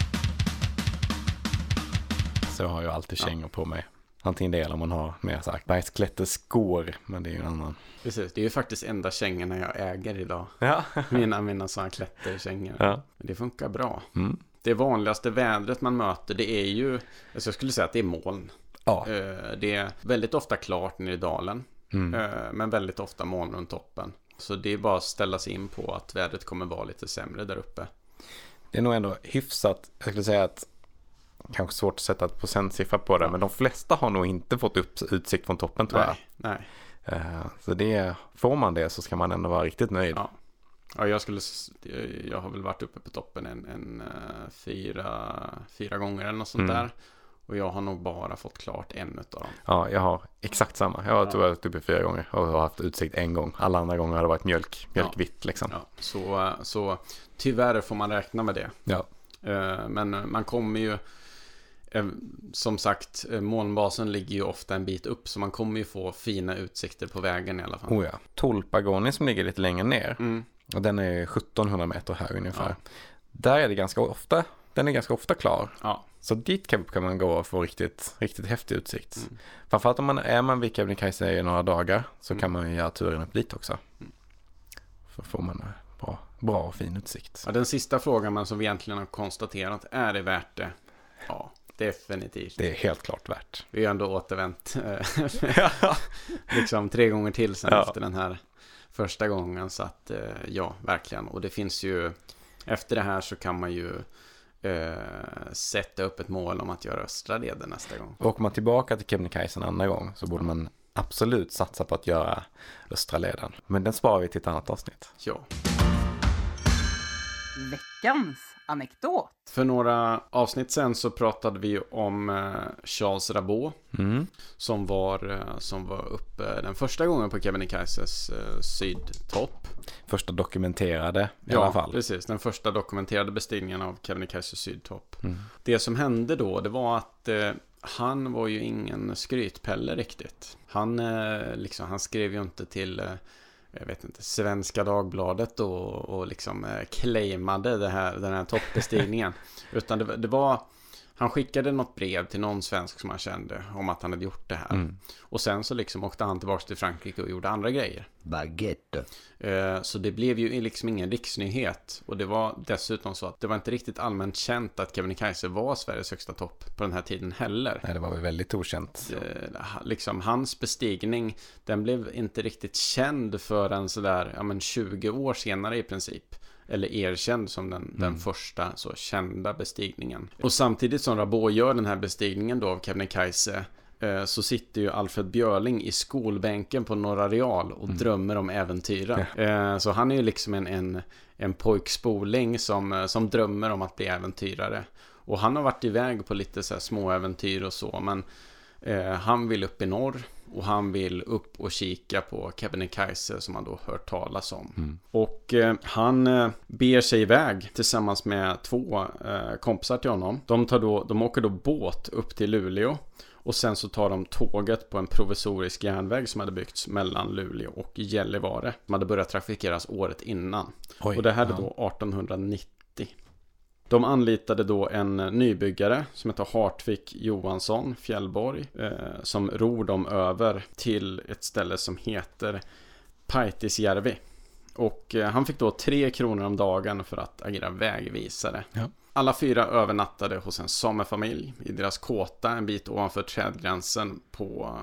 Så jag har ju alltid Ja. kängor på mig. Antingen det eller om man har mer sagt bergsklätterskor, men det är ju en annan. Precis, det är ju faktiskt enda kängorna jag äger idag. Ja. Mina, mina sådana klätterkängor. Ja. Men det funkar bra. Mm. Det vanligaste vädret man möter, det är ju, alltså jag skulle säga att det är moln. Ja. Eh, Det är väldigt ofta klart nere i dalen. Mm. Eh, Men väldigt ofta moln runt toppen. Så det är bara att ställa sig in på att vädret kommer vara lite sämre där uppe. Det är nog ändå hyfsat, jag skulle säga att kanske svårt att sätta ett procentsiffra på det, Ja. men de flesta har nog inte fått upp utsikt från toppen, tror Nej, nej. jag. Uh, så det, får man det så ska man ändå vara riktigt nöjd. Ja. Ja, jag skulle, jag har väl varit uppe på toppen en, en uh, fyra, fyra gånger eller något sånt Mm. där. Och jag har nog bara fått klart en utav dem. Ja, jag har exakt samma. Jag har Ja. tyvärr varit uppe fyra gånger och har haft utsikt en gång. Alla andra gånger har det varit mjölk, mjölkvitt liksom. Ja, så, så tyvärr får man räkna med det. Ja. Uh, Men man kommer ju, eh, som sagt, eh, molnbasen ligger ju ofta en bit upp, så man kommer ju få fina utsikter på vägen i alla fall. Oh ja. Tolpagoni som ligger lite längre ner. Mm. Och den är sjuttonhundra meter hög ungefär. Ja. Där är det ganska ofta, den är ganska ofta klar. Ja. Så dit kan, kan man gå och få riktigt, riktigt häftig utsikt. Mm. Framförallt om man är man vid Kebnekaise i några dagar så Mm. kan man ju göra turen upp dit också. Mm. Så får man bra, bra och fin utsikt. Ja, den sista frågan, men som vi egentligen har konstaterat, är det värt det? Ja, definitivt. Det är helt klart värt. Vi har ändå återvänt eh, liksom tre gånger till sen Ja. efter den här första gången, så att eh, ja, verkligen. Och det finns ju Efter det här så kan man ju eh, sätta upp ett mål om att göra östra leden nästa gång. Åker man tillbaka till Kebnekaise en andra gång så borde man absolut satsa på att göra östra leden. Men den sparar vi till ett annat avsnitt. Ja. Veckans anekdot. För några avsnitt sen så pratade vi om eh, Charles Rabot Mm. som var, eh, som var uppe den första gången på Kebnekaises eh, sydtopp. Första dokumenterade i Ja, alla fall. precis. Den första dokumenterade bestigningen av Kebnekaises sydtopp. Mm. Det som hände då, det var att eh, han var ju ingen skrytpelle riktigt. Han, eh, liksom, han skrev ju inte till... Eh, jag vet inte, Svenska Dagbladet och, och liksom eh, claimade det här, den här toppbestigningen. Utan det, det var, han skickade något brev till någon svensk som han kände om att han hade gjort det här. Mm. Och sen så liksom åkte han tillbaka till Frankrike och gjorde andra grejer. Baguette. Eh, så det blev ju liksom ingen riksnyhet. Och det var dessutom så att det var inte riktigt allmänt känt att Kebnekaise var Sveriges högsta topp på den här tiden heller. Nej, det var väl väldigt okänt. Eh, liksom hans bestigning, den blev inte riktigt känd förrän sådär, ja men tjugo år senare i princip. Eller erkänd som den, mm. den första så kända bestigningen. Och samtidigt som Rabot gör den här bestigningen då av Kebnekaise, eh, så sitter ju Alfred Björling i skolbänken på Norra Real och mm. drömmer om äventyra. Ja. Eh, så han är ju liksom en, en, en pojkspoling som, som drömmer om att bli äventyrare. Och han har varit iväg på lite så här små äventyr och så, men eh, han vill upp i norr. Och han vill upp och kika på Kebnekaise som han då hört talas om. Mm. Och eh, han eh, ber sig iväg tillsammans med två eh, kompisar till honom. De, tar då, de åker då båt upp till Luleå. Och sen så tar de tåget på en provisorisk järnväg som hade byggts mellan Luleå och Gällivare. Som hade börjat trafikeras året innan. Oj, och det här är då arton nittio. De anlitade då en nybyggare som heter Hartvik Johansson Fjällborg eh, som ror dem över till ett ställe som heter Paitisjärvi. Och eh, han fick då tre kronor om dagen för att agera vägvisare. Ja. Alla fyra övernattade hos en samefamilj i deras kåta en bit ovanför trädgränsen på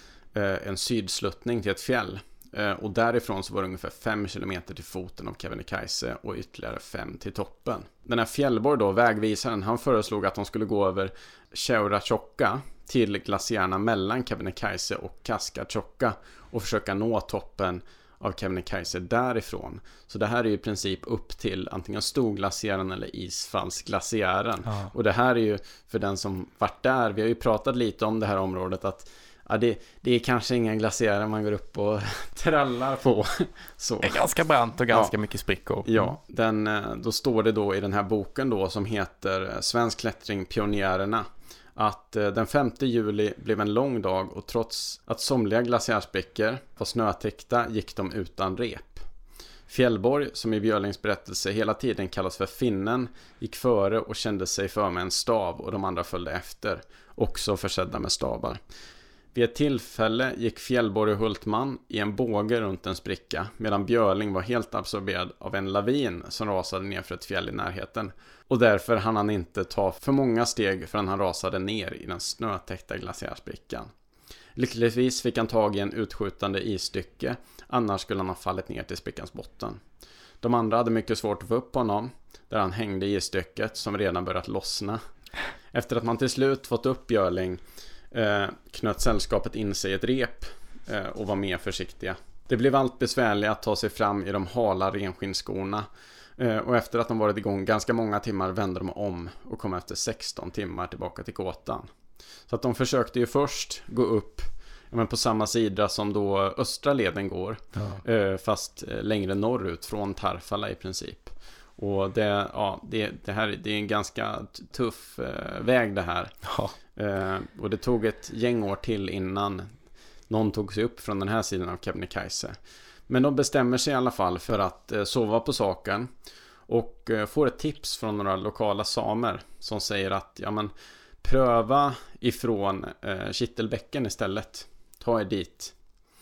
eh, en sydsluttning till ett fjäll. Och därifrån så var det ungefär fem kilometer till foten av Kebnekaise och ytterligare fem till toppen. Den här Fjällborg då, vägvisaren, han föreslog att de skulle gå över Cheurachokka till glaciärerna mellan Kebnekaise och Kaskatjokka och försöka nå toppen av Kebnekaise därifrån. Så det här är ju i princip upp till antingen Storglaciären eller Isfallsglaciären. Ja. Och det här är ju för den som varit där, vi har ju pratat lite om det här området att ja, det, det är kanske inga glaciärer man går upp och trallar på. Så. Det är ganska brant och ganska ja. mycket sprickor. Ja, den, då står det då i den här boken då som heter Svensk klättring pionjärerna att den femte juli blev en lång dag och trots att somliga glaciärsprickor var snötäckta gick de utan rep. Fjällborg, som i Björlings berättelse hela tiden kallas för finnen, gick före och kände sig för med en stav och de andra följde efter, också försedda med stavar. Vid ett tillfälle gick Fjällborg och Hultman i en båge runt en spricka medan Björling var helt absorberad av en lavin som rasade ner för ett fjäll i närheten. Och därför hann han inte ta för många steg förrän han rasade ner i den snötäckta glaciärsprickan. Lyckligtvis fick han tag i en utskjutande isstycke, annars skulle han ha fallit ner till sprickans botten. De andra hade mycket svårt att få upp honom, där han hängde i isstycket som redan börjat lossna. Efter att man till slut fått upp Björling Eh, knöt sällskapet in sig ett rep eh, och var mer försiktiga. Det blev allt besvärligare att ta sig fram i de hala renskinnsskorna eh, och efter att de varit igång ganska många timmar vände de om och kom efter sexton timmar tillbaka till gåtan. Så att de försökte ju först gå upp ja, men på samma sida som då östra leden går ja. eh, fast eh, längre norrut från Tarfala i princip. Och det, ja, det, det här det är en ganska tuff eh, väg det här. Ja. Eh, och det tog ett gäng år till innan någon tog sig upp från den här sidan av Kebnekaise. Men de bestämmer sig i alla fall för att eh, sova på saken och eh, får ett tips från några lokala samer som säger att ja, men, pröva ifrån eh, Kittelbäcken istället. Ta er dit.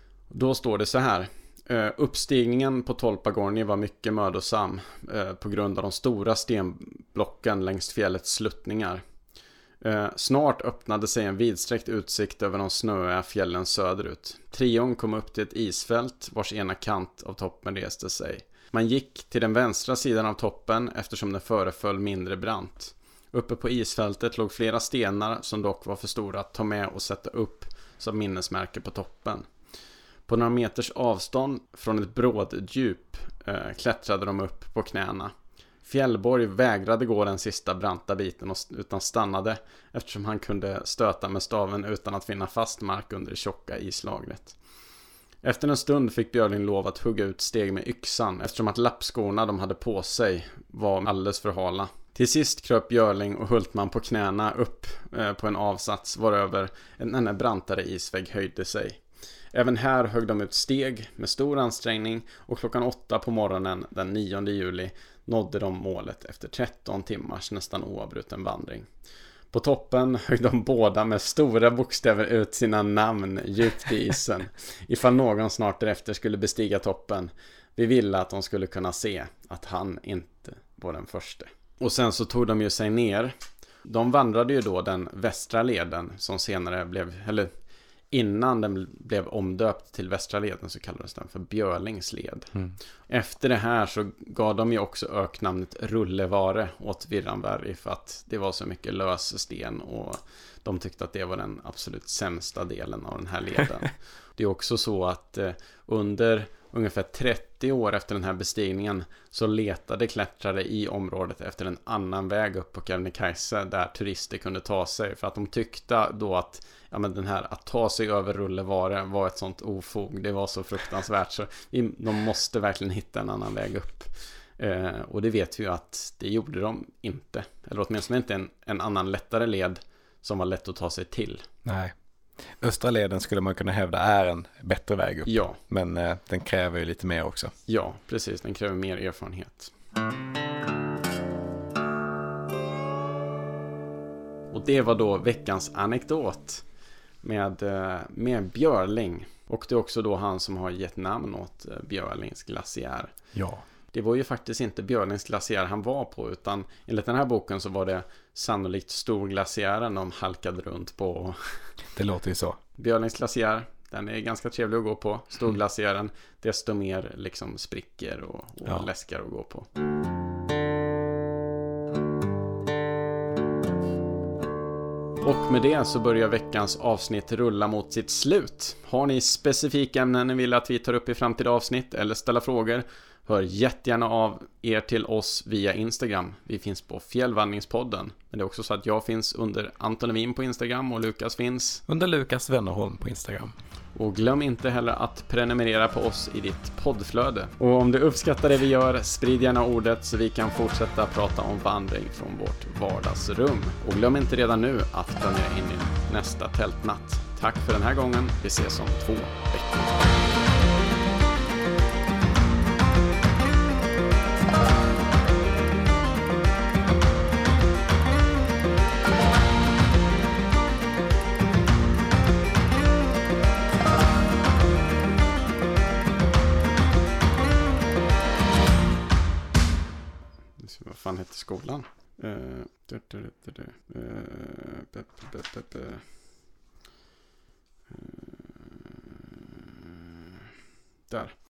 Då står det så här. Uh, uppstigningen på Tolpagorni var mycket mödosam uh, på grund av de stora stenblocken längs fjällets sluttningar. Eh, snart öppnade sig en vidsträckt utsikt över de snöiga fjällen söderut. Trion kom upp till ett isfält vars ena kant av toppen reste sig. Man gick till den vänstra sidan av toppen eftersom den föreföll mindre brant. Uppe på isfältet låg flera stenar som dock var för stora att ta med och sätta upp som minnesmärke på toppen. På några meters avstånd från ett bråddjup eh, klättrade de upp på knäna. Fjällborg vägrade gå den sista branta biten utan stannade eftersom han kunde stöta med staven utan att finna fast mark under det tjocka islagret. Efter en stund fick Björling lov att hugga ut steg med yxan eftersom att lappskorna de hade på sig var alldeles för hala. Till sist kröp Björling och Hultman på knäna upp eh, på en avsats varöver en ännu brantare isvägg höjde sig. Även här högg de ut steg med stor ansträngning och klockan åtta på morgonen den nionde juli nådde de målet efter tretton timmars nästan oavbruten vandring. På toppen högg de båda med stora bokstäver ut sina namn djupt i isen. Ifall någon snart därefter skulle bestiga toppen. Vi ville att de skulle kunna se att han inte var den första. Och sen så tog de ju sig ner. De vandrade ju då den västra leden som senare blev, eller innan den blev omdöpt till västra leden så kallades den för Björlingsled. Mm. Efter det här så gav de ju också öknamnet Rullevare åt Virranberg för att det var så mycket lös sten och de tyckte att det var den absolut sämsta delen av den här leden. Det är också så att eh, under ungefär trettio år efter den här bestigningen så letade klättrare i området efter en annan väg upp på Kebnekaise där turister kunde ta sig för att de tyckte då att ja, men den här att ta sig över Rullevare var ett sånt ofog, det var så fruktansvärt så de måste verkligen hitta en annan väg upp. Eh, och det vet vi ju att det gjorde de inte, eller åtminstone inte en, en annan lättare led som var lätt att ta sig till. Nej. Östra leden skulle man kunna hävda är en bättre väg upp. Ja. Men eh, den kräver ju lite mer också. Ja, precis. Den kräver mer erfarenhet. Och det var då veckans anekdot med, med Björling. Och det är också då han som har gett namn åt Björlings glaciär. Ja. Det var ju faktiskt inte Björlings glaciär han var på utan enligt den här boken så var det sannolikt Storglaciären de halkade runt på. Det låter ju så. Björlings glaciär, den är ganska trevlig att gå på. Storglaciären, desto mer liksom sprickor och, och ja. läskar att gå på. Och med det så börjar veckans avsnitt rulla mot sitt slut. Har ni specifika ämnen ni vill att vi tar upp i framtida avsnitt eller ställa frågor? Hör jättegärna av er till oss via Instagram. Vi finns på Fjällvandringspodden. Men det är också så att jag finns under Anton Levin på Instagram och Lukas finns under Lukas Wennerholm på Instagram. Och glöm inte heller att prenumerera på oss i ditt poddflöde. Och om du uppskattar det vi gör, sprid gärna ordet så vi kan fortsätta prata om vandring från vårt vardagsrum. Och glöm inte redan nu att planera in din nästa tältnatt. Tack för den här gången. Vi ses om två veckor. Vad fan heter skolan? Uh, du, du, du, du. Uh, be, be, be, be. Uh, där.